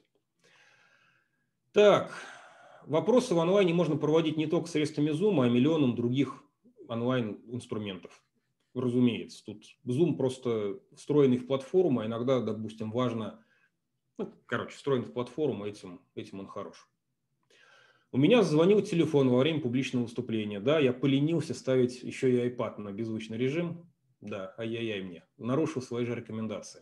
Так, вопросы в онлайне можно проводить не только средствами Zoom, а и миллионом других онлайн-инструментов. Разумеется, тут Zoom просто встроенный в платформу, а иногда, допустим, важно, ну, короче, встроенный в платформу, этим, этим он хорош. У меня зазвонил телефон во время публичного выступления. Да, я поленился ставить еще и iPad на беззвучный режим. Да, ай-яй-яй мне. Нарушил свои же рекомендации.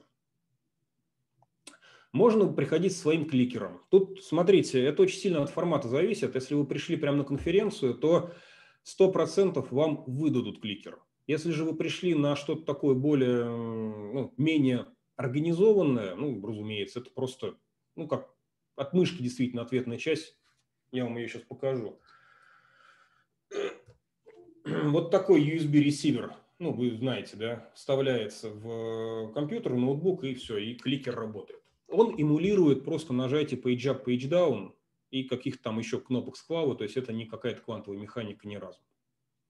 Можно приходить со своим кликером. Тут, смотрите, это очень сильно от формата зависит. Если вы пришли прямо на конференцию, то сто процентов вам выдадут кликер. Если же вы пришли на что-то такое более, ну, менее организованное, ну, разумеется, это просто, ну, как от мышки действительно ответная часть. Я вам ее сейчас покажу. Вот такой ю эс би-ресивер, ну, вы знаете, да, вставляется в компьютер, ноутбук, и все, и кликер работает. Он эмулирует просто нажатие page up, page down и каких-то там еще кнопок с клавы, то есть это не какая-то квантовая механика ни разу.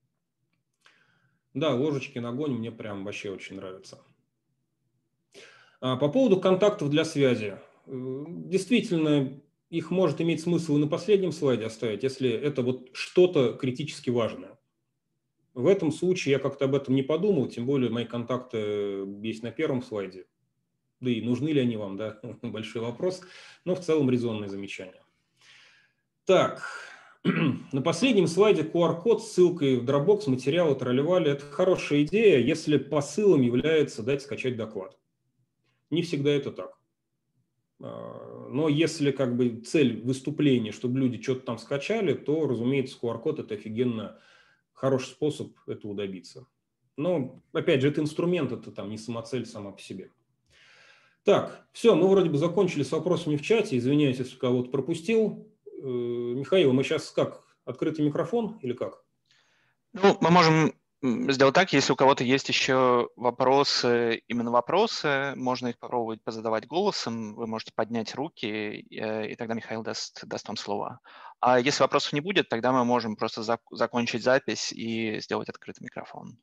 Да, ложечки на огонь мне прям вообще очень нравится. А по поводу контактов для связи. Действительно, их может иметь смысл и на последнем слайде оставить, если это вот что-то критически важное. В этом случае я как-то об этом не подумал, тем более мои контакты есть на первом слайде. Да и нужны ли они вам, да, большой вопрос, но в целом резонное замечание. Так, на последнем слайде ку ар-код с ссылкой в Dropbox, материалы, тролливали. Это хорошая идея, если посылом является дать скачать доклад. Не всегда это так. Но если как бы цель выступления, чтобы люди что-то там скачали, то, разумеется, ку ар-код – это офигенно хороший способ этого добиться. Но, опять же, это инструмент, это там не самоцель сама по себе. Так, все, мы вроде бы закончили с вопросами в чате. Извиняюсь, если кого-то пропустил. Михаил, мы сейчас как? Открытый микрофон или как? Ну, мы можем сделать так, если у кого-то есть еще вопросы, именно вопросы, можно их попробовать позадавать голосом, вы можете поднять руки, и тогда Михаил даст, даст вам слово. А если вопросов не будет, тогда мы можем просто зак- закончить запись и сделать открытый микрофон.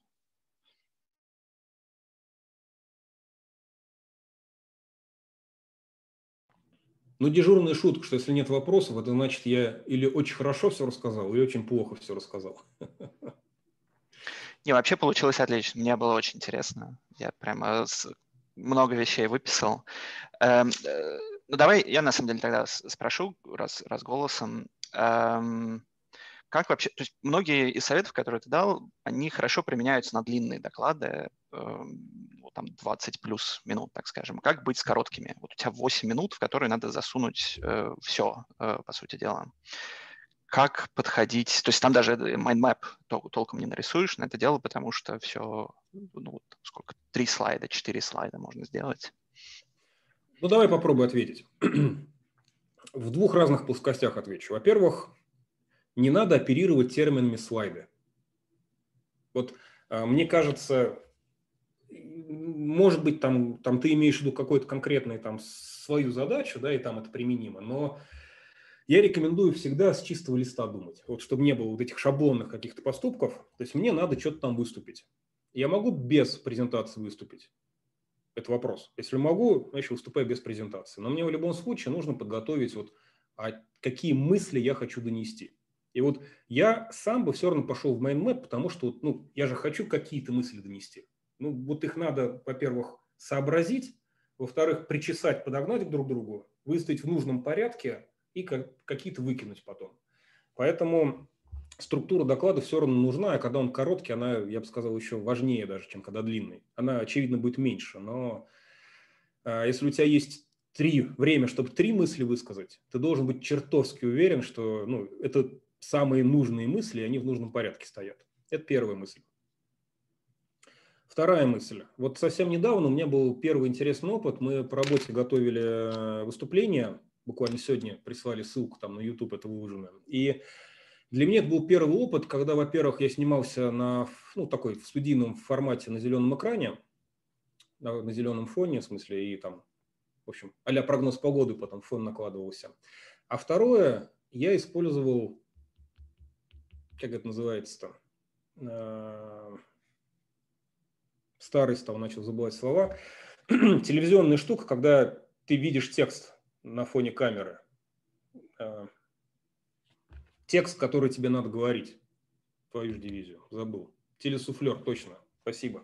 Ну, дежурная шутка, что если нет вопросов, это значит, я или очень хорошо все рассказал, или очень плохо все рассказал. Не, вообще получилось отлично. Мне было очень интересно. Я прямо много вещей выписал. Эм, э, ну, давай я на самом деле тогда спрошу раз, раз голосом. Эм, как вообще, то есть многие из советов, которые ты дал, они хорошо применяются на длинные доклады, э, там двадцать плюс минут, так скажем. Как быть с короткими? Вот у тебя восемь минут, в которые надо засунуть э, все, э, по сути дела. Как подходить, то есть там даже майндмэп тол- толком не нарисуешь на это дело, потому что все, ну, вот сколько, три слайда, четыре слайда можно сделать. Ну, давай попробую ответить. В двух разных плоскостях отвечу. Во-первых, не надо оперировать терминами слайды. Вот а, мне кажется, может быть, там, там ты имеешь в виду какую-то конкретную там свою задачу, да, и там это применимо, но я рекомендую всегда с чистого листа думать, вот чтобы не было вот этих шаблонных каких-то поступков. То есть мне надо что-то там выступить. Я могу без презентации выступить? Это вопрос. Если могу, значит, выступаю без презентации. Но мне в любом случае нужно подготовить, вот, а какие мысли я хочу донести. И вот я сам бы все равно пошел в майндмэп, потому что ну, я же хочу какие-то мысли донести. Ну, вот их надо, во-первых, сообразить, во-вторых, причесать, подогнать друг к другу, выставить в нужном порядке и как, какие-то выкинуть потом. Поэтому структура доклада все равно нужна, а когда он короткий, она, я бы сказал, еще важнее даже, чем когда длинный. Она, очевидно, будет меньше, но а, если у тебя есть три, время, чтобы три мысли высказать, ты должен быть чертовски уверен, что ну, это самые нужные мысли, и они в нужном порядке стоят. Это первая мысль. Вторая мысль. Вот совсем недавно у меня был первый интересный опыт. Мы по работе готовили выступление. Буквально сегодня прислали ссылку там на YouTube, это выложено. И для меня это был первый опыт, когда, во-первых, я снимался на ну, такой в студийном формате на зеленом экране, на, на зеленом фоне, в смысле, и там, в общем, а-ля прогноз погоды потом фон накладывался. А второе, я использовал, как это называется-то, старый стал, начал забывать слова, телевизионная штука, когда ты видишь текст на фоне камеры. Текст, который тебе надо говорить. Твою же дивизию, забыл. Телесуфлер, точно, спасибо.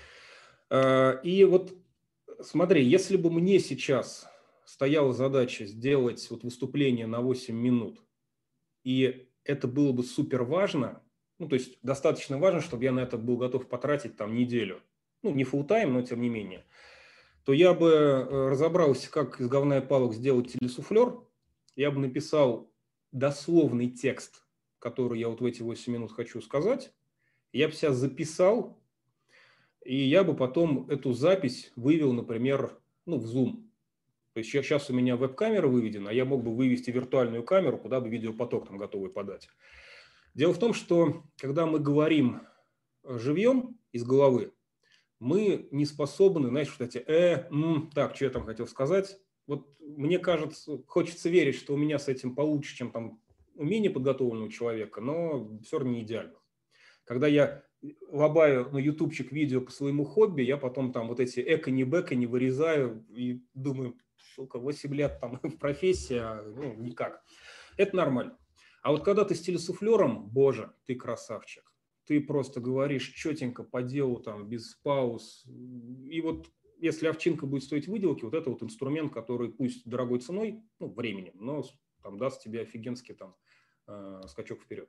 И вот смотри, если бы мне сейчас стояла задача сделать вот выступление на восемь минут, и это было бы супер важно, ну, то есть достаточно важно, чтобы я на это был готов потратить там неделю, ну, не full-time, но тем не менее, то я бы разобрался, как из говна и палок сделать телесуфлер, я бы написал дословный текст, который я вот в эти восемь минут хочу сказать, я бы себя записал, и я бы потом эту запись вывел, например, ну, в Zoom. То есть сейчас у меня веб-камера выведена, а я мог бы вывести виртуальную камеру, куда бы видеопоток там готовый подать. Дело в том, что когда мы говорим живьем из головы, мы не способны, знаешь, вот эти «э», «м», так, что я там хотел сказать. Вот мне кажется, хочется верить, что у меня с этим получше, чем там умение подготовленного человека, но все равно не идеально. Когда я лобаю на ютубчик видео по своему хобби, я потом там вот эти эко-не бэко не вырезаю и думаю, сука, восемь лет там в профессии, а, ну, никак. Это нормально. А вот когда ты с телесуфлером, боже, ты красавчик. Ты просто говоришь четенько по делу, там, без пауз. И вот если овчинка будет стоить выделки, вот это вот инструмент, который пусть дорогой ценой, ну, временем, но там даст тебе офигенский там э, скачок вперед.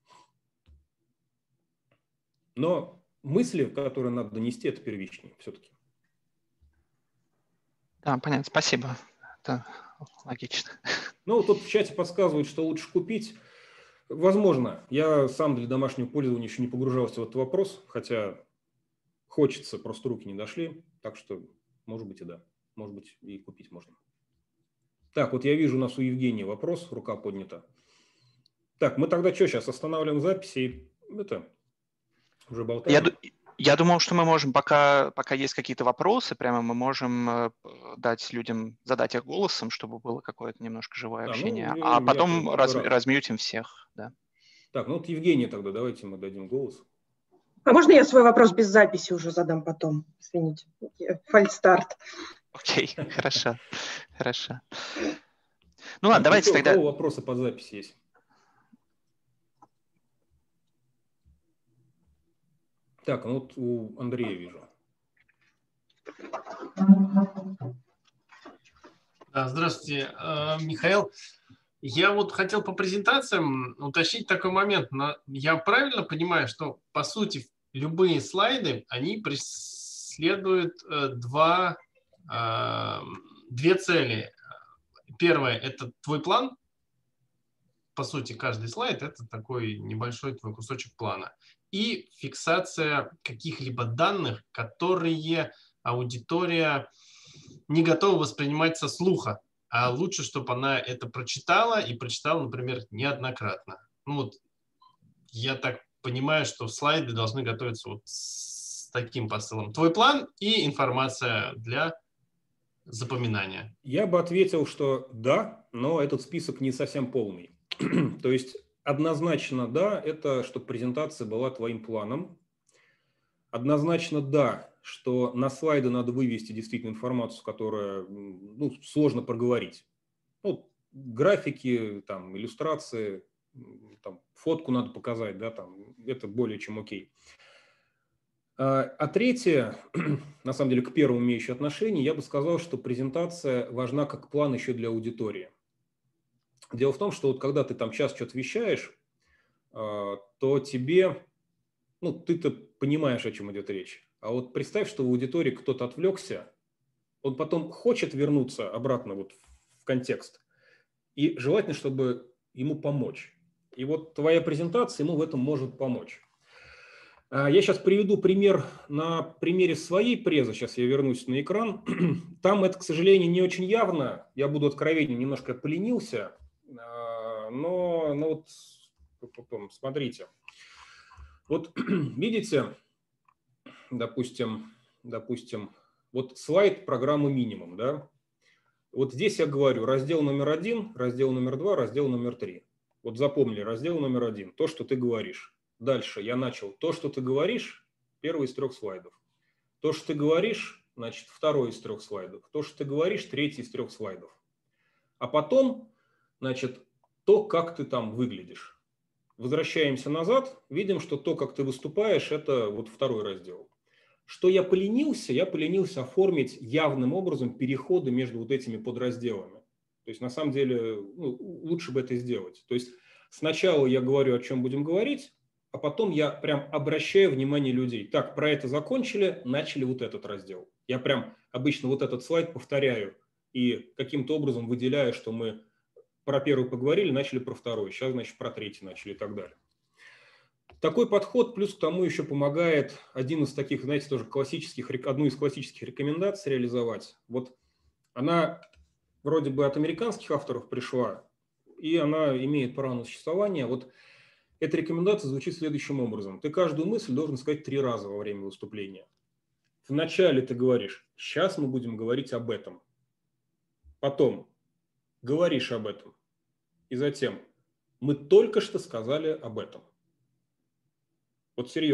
Но мысли, которые надо донести, это первичнее все-таки. Да, понятно, спасибо. Это логично. Ну, тут в чате подсказывают, что лучше купить. Возможно. Я сам для домашнего пользования еще не погружался в этот вопрос, хотя хочется, просто руки не дошли. Так что, может быть, и да. Может быть, и купить можно. Так, вот я вижу, у нас у Евгения вопрос, рука поднята. Так, мы тогда что, сейчас останавливаем запись и это, уже болтаем? Я, я думал, что мы можем, пока, пока есть какие-то вопросы, прямо мы можем дать людям, задать их голосом, чтобы было какое-то немножко живое а, общение, ну, а потом раз, рад. размьютим всех. Да. Так, ну вот Евгения тогда, давайте мы дадим голос. А можно я свой вопрос без записи уже задам потом? Извините, фальстарт. Окей, хорошо, хорошо. Ну ладно, давайте ну, тогда... У кого вопросы по записи есть? Так, ну вот у Андрея вижу. Здравствуйте, Михаил. Я вот хотел по презентациям уточнить такой момент. Я правильно понимаю, что, по сути, любые слайды, они преследуют два, две цели. Первое – это твой план. По сути, каждый слайд – это такой небольшой твой кусочек плана. И фиксация каких-либо данных, которые аудитория не готова воспринимать со слуха. А лучше, чтобы она это прочитала и прочитала, например, неоднократно. Ну вот, я так понимаю, что слайды должны готовиться вот с таким посылом. Твой план и информация для запоминания. Я бы ответил, что да, но этот список не совсем полный. То есть однозначно да, это чтобы презентация была твоим планом. Однозначно да, что на слайды надо вывести действительно информацию, которая ну, сложно проговорить. Ну, графики, там, иллюстрации, там, фотку надо показать, да, там, это более чем окей. А, а третье, на самом деле, к первому имеющее отношение, я бы сказал, что презентация важна как план еще для аудитории. Дело в том, что вот когда ты там час что-то вещаешь, то тебе, ну, ты-то понимаешь, о чем идет речь. А вот представь, что в аудитории кто-то отвлекся, он потом хочет вернуться обратно вот в контекст, и желательно, чтобы ему помочь. И вот твоя презентация ему в этом может помочь. Я сейчас приведу пример на примере своей презы. Сейчас я вернусь на экран. Там это, к сожалению, не очень явно. Я буду откровенен, немножко поленился. Но, но вот смотрите. Вот видите, допустим, допустим, вот слайд программы минимум, да? Вот здесь я говорю раздел номер один, раздел номер два, раздел номер три. Вот запомнили, раздел номер один, то, что ты говоришь. Дальше я начал то, что ты говоришь, первый из трех слайдов. То, что ты говоришь, значит, второй из трех слайдов. То, что ты говоришь, третий из трех слайдов. А потом, значит, то, как ты там выглядишь. Возвращаемся назад, видим, что то, как ты выступаешь, это вот второй раздел. Что я поленился? Я поленился оформить явным образом переходы между вот этими подразделами. То есть, на самом деле, ну, лучше бы это сделать. То есть, сначала я говорю, о чем будем говорить, а потом я прям обращаю внимание людей. Так, про это закончили, начали вот этот раздел. Я прям обычно вот этот слайд повторяю и каким-то образом выделяю, что мы про первый поговорили, начали про второй, сейчас, значит, про третий начали и так далее. Такой подход плюс к тому еще помогает один из таких, знаете, тоже классических, одну из классических рекомендаций реализовать. Вот она вроде бы от американских авторов пришла, и она имеет право на существование. Вот эта рекомендация звучит следующим образом. Ты каждую мысль должен сказать три раза во время выступления. Вначале ты говоришь, сейчас мы будем говорить об этом. Потом говоришь об этом. И затем мы только что сказали об этом. Вот серьезно.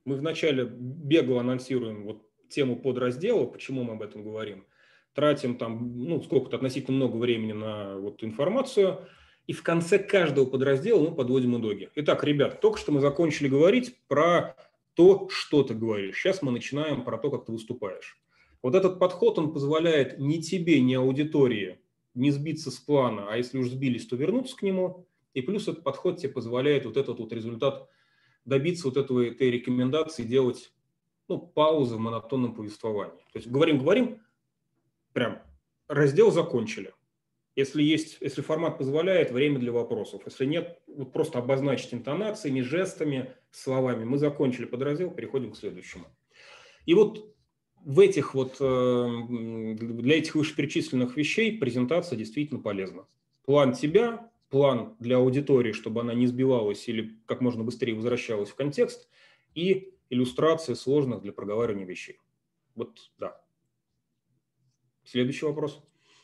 Мы вначале бегло анонсируем вот тему подраздела, почему мы об этом говорим, тратим там, ну, сколько-то относительно много времени на вот информацию, и в конце каждого подраздела мы подводим итоги. Итак, ребят, только что мы закончили говорить про то, что ты говоришь. Сейчас мы начинаем про то, как ты выступаешь. Вот этот подход, он позволяет ни тебе, ни аудитории не сбиться с плана, а если уж сбились, то вернуться к нему. И плюс этот подход тебе позволяет вот этот вот результат добиться вот этого, этой рекомендации, делать, ну, паузы в монотонном повествовании. То есть говорим-говорим, прям раздел закончили. Если есть, если формат позволяет, время для вопросов. Если нет, вот просто обозначить интонациями, жестами, словами. Мы закончили подраздел, переходим к следующему. И вот в этих вот, для этих вышеперечисленных вещей презентация действительно полезна. План тебя, план для аудитории, чтобы она не сбивалась или как можно быстрее возвращалась в контекст, и иллюстрации сложных для проговаривания вещей. Вот, да. Следующий вопрос.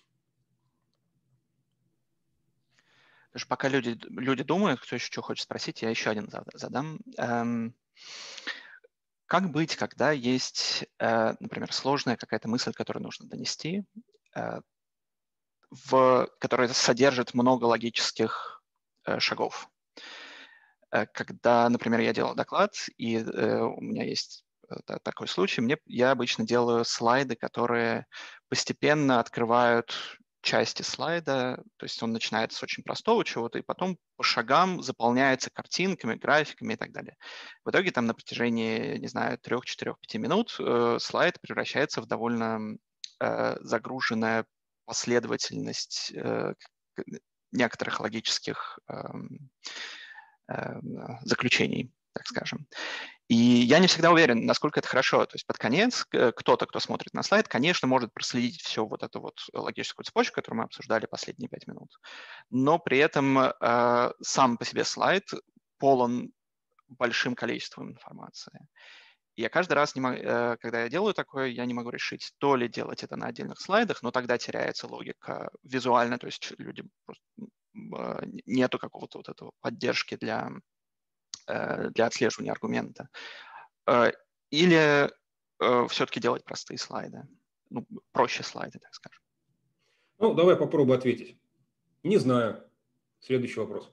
Потому что пока люди, люди думают, кто еще что хочет спросить, я еще один задам. Эм, как быть, когда есть, э, например, сложная какая-то мысль, которую нужно донести, э, в, которая содержит много логических э, шагов? Э, когда, например, я делал доклад, и э, у меня есть такой случай, мне, я обычно делаю слайды, которые постепенно открывают части слайда, то есть он начинается с очень простого чего-то, и потом по шагам заполняется картинками, графиками и так далее. В итоге там на протяжении, не знаю, трех, четырех, пяти минут э, слайд превращается в довольно э, загруженная последовательность э, некоторых логических э, э, заключений, так скажем. И я не всегда уверен, насколько это хорошо. То есть под конец кто-то, кто смотрит на слайд, конечно, может проследить всю вот эту вот логическую цепочку, которую мы обсуждали последние пять минут. Но при этом э, сам по себе слайд полон большим количеством информации. И я каждый раз, не мог, э, когда я делаю такое, я не могу решить, то ли делать это на отдельных слайдах, но тогда теряется логика визуально, то есть люди просто, э, нету какого-то вот этого поддержки для... для отслеживания аргумента. Или э, все-таки делать простые слайды, ну, проще слайды, так скажем. Ну, давай попробую ответить. Не знаю. Следующий вопрос.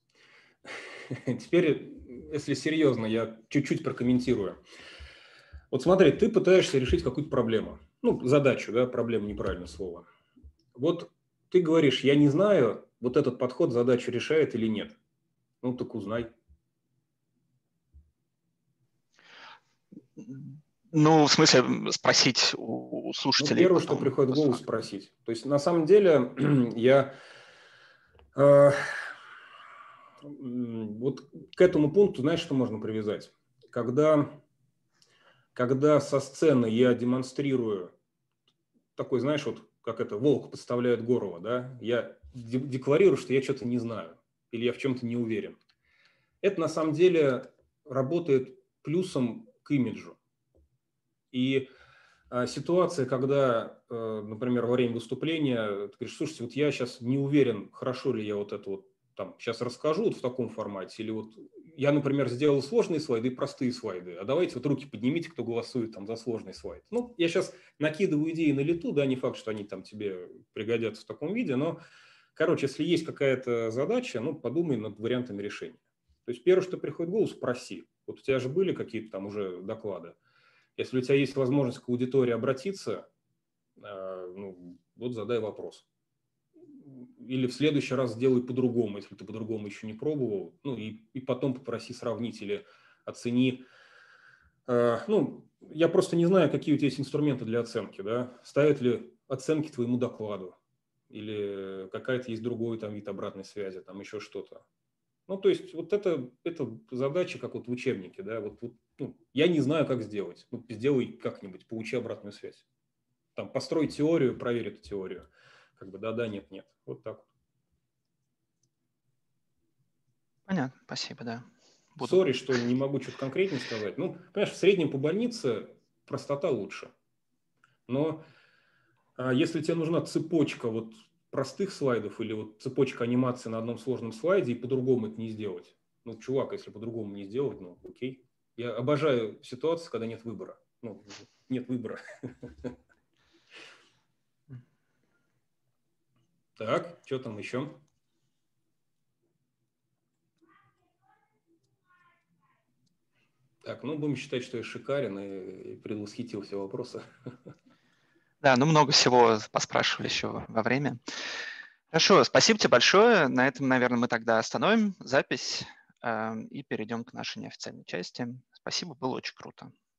Теперь, если серьезно, я чуть-чуть прокомментирую. Вот смотри, ты пытаешься решить какую-то проблему. Ну, задачу, да, проблема неправильное слово. Вот ты говоришь, я не знаю, вот этот подход задачу решает или нет. Ну, так узнай. Ну, в смысле, спросить у слушателей. Ну, первое, что приходит в голову, спросить. То есть, на самом деле, я э, вот к этому пункту, знаешь, что можно привязать? Когда, когда со сцены я демонстрирую такой, знаешь, вот как это, волк подставляет горло, да, я декларирую, что я что-то не знаю или я в чем-то не уверен. Это, на самом деле, работает плюсом к имиджу. И а, ситуация, когда, э, например, во время выступления ты говоришь, слушайте, вот я сейчас не уверен, хорошо ли я вот это вот там сейчас расскажу вот в таком формате, или вот я, например, сделал сложные слайды и простые слайды, а давайте вот руки поднимите, кто голосует там за сложный слайд. Ну, я сейчас накидываю идеи на лету, да, не факт, что они там тебе пригодятся в таком виде, но, короче, если есть какая-то задача, ну, подумай над вариантами решения. То есть первое, что приходит в голову, спроси. Вот у тебя же были какие-то там уже доклады. Если у тебя есть возможность к аудитории обратиться, э, ну, вот задай вопрос. Или в следующий раз сделай по-другому, если ты по-другому еще не пробовал. Ну, и, и потом попроси сравнить или оцени. Э, ну, я просто не знаю, какие у тебя есть инструменты для оценки. Да? Ставят ли оценки твоему докладу? Или какая-то есть другой там вид обратной связи, там еще что-то. Ну, то есть вот это, это задача, как вот в учебнике, да, вот, вот ну, я не знаю, как сделать. Ну, сделай как-нибудь, получи обратную связь. Там, построй теорию, проверь эту теорию. Как бы да-да, нет-нет. Вот так вот. Понятно, спасибо, да. Буду. Сори, что не могу что-то конкретнее сказать. Ну, понимаешь, в среднем по больнице простота лучше. Но а, если тебе нужна цепочка вот простых слайдов или вот цепочка анимации на одном сложном слайде и по-другому это не сделать. Ну, чувак, если по-другому не сделать, ну, окей. Я обожаю ситуацию, когда нет выбора. Ну, нет выбора. Так, что там еще? Так, ну будем считать, что я шикарен и предвосхитил все вопросы. Да, ну много всего поспрашивали еще во время. Хорошо, спасибо тебе большое. На этом, наверное, мы тогда остановим запись э, и перейдем к нашей неофициальной части. Спасибо, было очень круто.